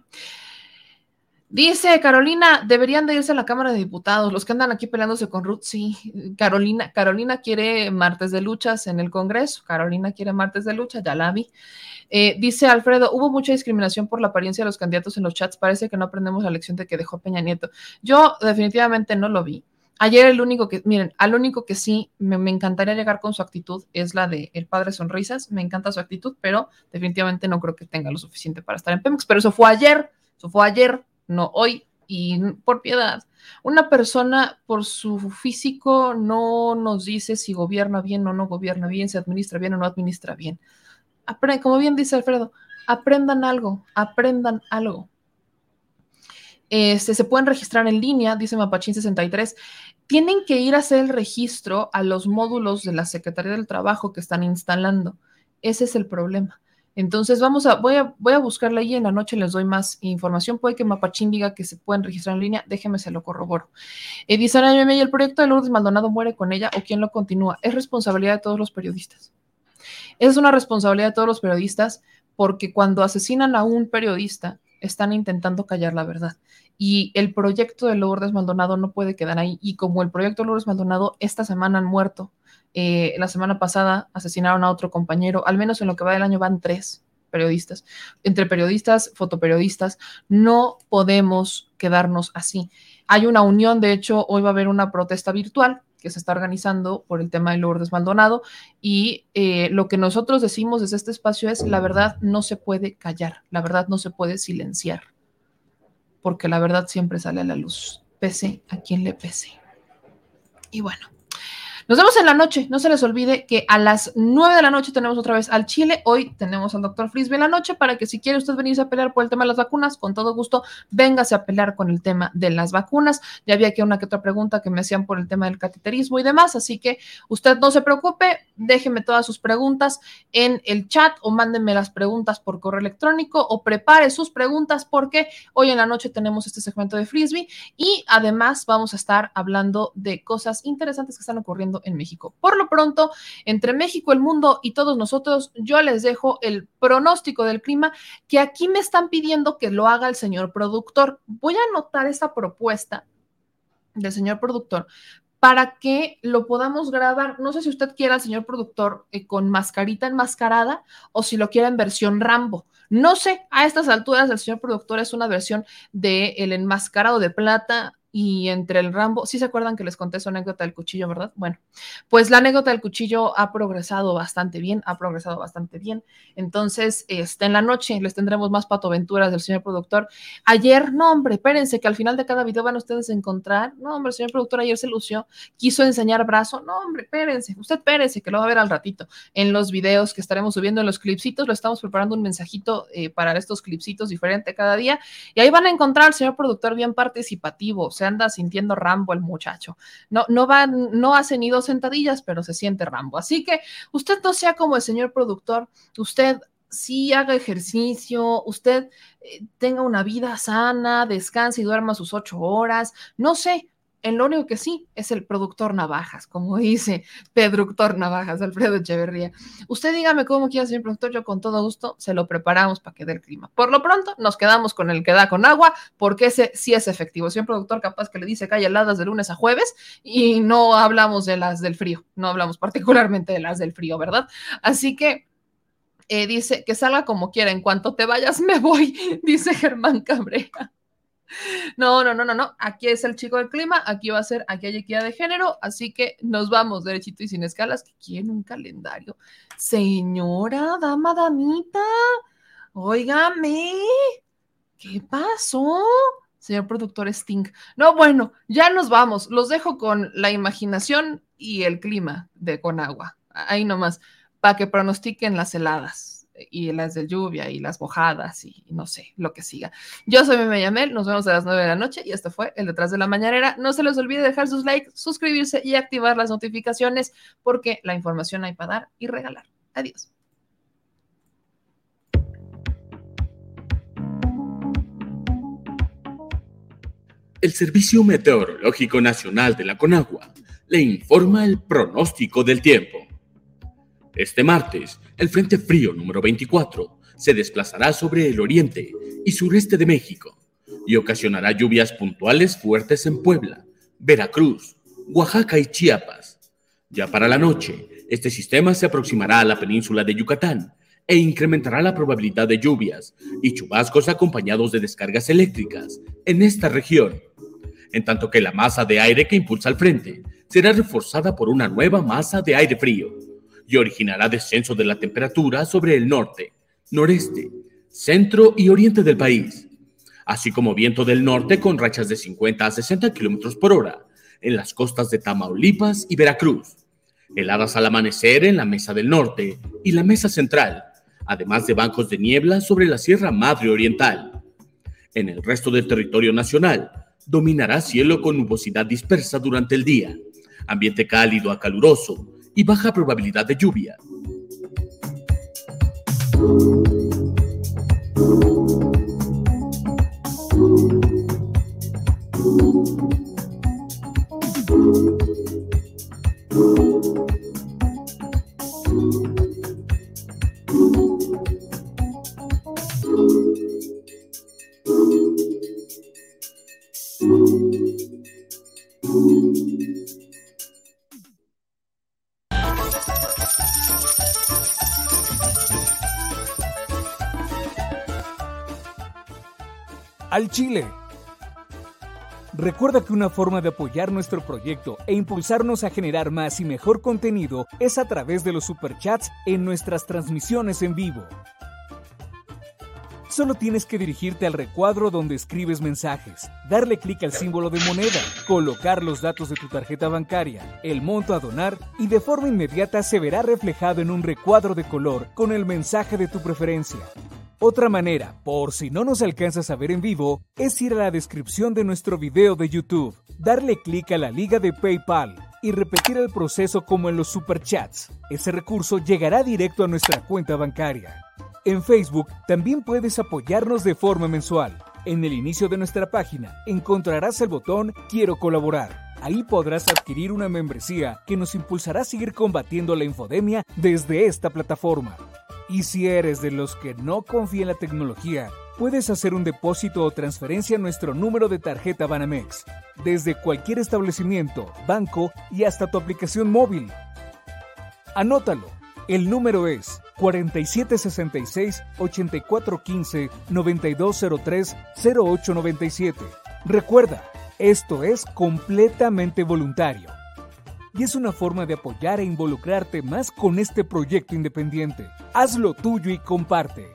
dice Carolina, deberían de irse a la Cámara de Diputados, los que andan aquí peleándose con Ruth. Sí, Carolina quiere martes de luchas en el Congreso, Carolina quiere martes de lucha, ya la vi. Dice Alfredo, hubo mucha discriminación por la apariencia de los candidatos en los chats, parece que no aprendemos la lección de que dejó Peña Nieto. Yo definitivamente no lo vi. Ayer al único que sí me encantaría llegar con su actitud es la de el padre Sonrisas, me encanta su actitud, pero definitivamente no creo que tenga lo suficiente para estar en Pemex, pero eso fue ayer, no hoy, y por piedad. Una persona por su físico no nos dice si gobierna bien o no gobierna bien, si administra bien o no administra bien. Como bien dice Alfredo, aprendan algo. Se pueden registrar en línea, dice Mapachín 63. Tienen que ir a hacer el registro a los módulos de la Secretaría del Trabajo que están instalando. Ese es el problema. Entonces voy a buscarla ahí, en la noche les doy más información. Puede que Mapachín diga que se pueden registrar en línea, déjeme se lo corroboro. Dice Ana Meme, ¿y el proyecto de Lourdes Maldonado muere con ella o quién lo continúa? Es responsabilidad de todos los periodistas. Es una responsabilidad de todos los periodistas, porque cuando asesinan a un periodista están intentando callar la verdad. Y el proyecto de Lourdes Maldonado no puede quedar ahí. Y como el proyecto de Lourdes Maldonado esta semana han muerto, la semana pasada asesinaron a otro compañero, al menos en lo que va del año van 3 periodistas, entre periodistas, fotoperiodistas, no podemos quedarnos así. Hay una unión, de hecho, hoy va a haber una protesta virtual que se está organizando por el tema de Lourdes Maldonado, y lo que nosotros decimos desde este espacio es: la verdad no se puede callar, la verdad no se puede silenciar, porque la verdad siempre sale a la luz, pese a quien le pese. Y bueno, Nos vemos en la noche. No se les olvide que a las 9 de la noche tenemos otra vez al Chile. Hoy tenemos al doctor Frisby en la noche para que si quiere usted venirse a pelear por el tema de las vacunas, con todo gusto, véngase a pelear con el tema de las vacunas. Ya había aquí una que otra pregunta que me hacían por el tema del cateterismo y demás, así que usted no se preocupe, déjeme todas sus preguntas en el chat o mándenme las preguntas por correo electrónico o prepare sus preguntas porque hoy en la noche tenemos este segmento de Frisby y además vamos a estar hablando de cosas interesantes que están ocurriendo en México. Por lo pronto, entre México, el mundo y todos nosotros, yo les dejo el pronóstico del clima que aquí me están pidiendo que lo haga el señor productor. Voy a anotar esta propuesta del señor productor para que lo podamos grabar. No sé si usted quiera al señor productor con mascarita enmascarada o si lo quiera en versión Rambo. No sé, a estas alturas el señor productor es una versión de el enmascarado de plata y entre el Rambo. ¿Sí se acuerdan que les conté su anécdota del cuchillo, verdad? Bueno, pues la anécdota del cuchillo ha progresado bastante bien. Entonces, en la noche les tendremos más patoaventuras del señor productor. Ayer, no hombre, espérense que al final de cada video van ustedes a encontrar, no hombre, el señor productor ayer se lució, quiso enseñar brazo, no hombre, espérense que lo va a ver al ratito en los videos que estaremos subiendo, en los clipsitos, lo estamos preparando un mensajito para estos clipsitos diferente cada día y ahí van a encontrar al señor productor bien participativo, se anda sintiendo Rambo el muchacho, no hace ni 2 sentadillas, pero se siente Rambo, así que usted no sea como el señor productor, usted sí haga ejercicio, usted tenga una vida sana, descanse y duerma sus 8 horas, no sé, en lo único que sí es el productor Navajas, como dice Pedructor Navajas, Alfredo Echeverría. Usted dígame cómo quiere, señor productor, yo con todo gusto se lo preparamos para que dé el clima. Por lo pronto nos quedamos con el que da con agua, porque ese sí es efectivo. Señor productor, capaz que le dice que hay heladas de lunes a jueves y no hablamos de las del frío, no hablamos particularmente de las del frío, ¿verdad? Así que dice que salga como quiera, en cuanto te vayas me voy, dice Germán Cabrera. No, aquí es el chico del clima, aquí va a ser, aquí hay equidad de género, así que nos vamos derechito y sin escalas, que quieren un calendario. Señora, damita, óigame, ¿qué pasó? Señor productor Sting. No, bueno, ya nos vamos, los dejo con la imaginación y el clima de Conagua, ahí nomás, para que pronostiquen las heladas y las de lluvia y las mojadas y no sé, lo que siga. Yo soy Meme Yamel, nos vemos a las 9 de la noche y este fue el Detrás de la Mañanera. No se les olvide dejar sus likes, suscribirse y activar las notificaciones porque la información hay para dar y regalar. Adiós. El Servicio Meteorológico Nacional de la Conagua le informa el pronóstico del tiempo. Este martes, el Frente Frío número 24 se desplazará sobre el oriente y sureste de México y ocasionará lluvias puntuales fuertes en Puebla, Veracruz, Oaxaca y Chiapas. Ya para la noche, este sistema se aproximará a la península de Yucatán e incrementará la probabilidad de lluvias y chubascos acompañados de descargas eléctricas en esta región, en tanto que la masa de aire que impulsa al frente será reforzada por una nueva masa de aire frío y originará descenso de la temperatura sobre el norte, noreste, centro y oriente del país, así como viento del norte con rachas de 50 a 60 kilómetros por hora en las costas de Tamaulipas y Veracruz, heladas al amanecer en la Mesa del Norte y la Mesa Central, además de bancos de niebla sobre la Sierra Madre Oriental. En el resto del territorio nacional, dominará cielo con nubosidad dispersa durante el día, ambiente cálido a caluroso, y baja probabilidad de lluvia. Al Chile. Recuerda que una forma de apoyar nuestro proyecto e impulsarnos a generar más y mejor contenido es a través de los superchats en nuestras transmisiones en vivo. Solo tienes que dirigirte al recuadro donde escribes mensajes, darle clic al símbolo de moneda, colocar los datos de tu tarjeta bancaria, el monto a donar y de forma inmediata se verá reflejado en un recuadro de color con el mensaje de tu preferencia. Otra manera, por si no nos alcanzas a ver en vivo, es ir a la descripción de nuestro video de YouTube, darle clic a la liga de PayPal y repetir el proceso como en los superchats. Ese recurso llegará directo a nuestra cuenta bancaria. En Facebook también puedes apoyarnos de forma mensual. En el inicio de nuestra página encontrarás el botón Quiero colaborar. Ahí podrás adquirir una membresía que nos impulsará a seguir combatiendo la infodemia desde esta plataforma. Y si eres de los que no confía en la tecnología, puedes hacer un depósito o transferencia a nuestro número de tarjeta Banamex, desde cualquier establecimiento, banco y hasta tu aplicación móvil. Anótalo, el número es 4766-8415-9203-0897. Recuerda, esto es completamente voluntario. Y es una forma de apoyar e involucrarte más con este proyecto independiente. Hazlo tuyo y comparte.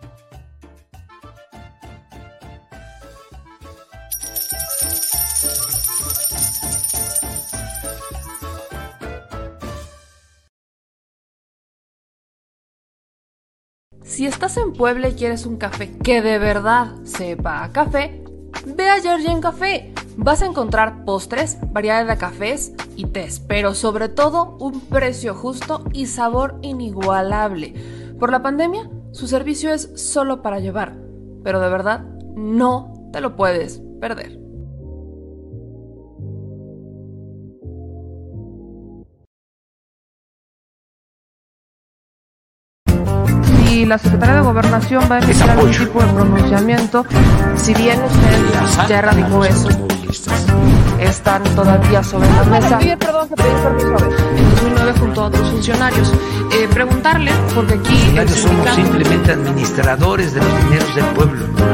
Si estás en Puebla y quieres un café que de verdad sepa a café, ve a Georgian Café. Vas a encontrar postres, variedad de cafés y tés, pero sobre todo un precio justo y sabor inigualable. Por la pandemia, su servicio es solo para llevar, pero de verdad no te lo puedes perder. Si la Secretaría de Gobernación va a emitir algún tipo de pronunciamiento, si bien usted ya erradicó eso, están todavía sobre la mesa. Perdón, que pedí permiso en 2009 junto a otros funcionarios. Preguntarle, porque aquí somos simplemente administradores de los dineros del pueblo.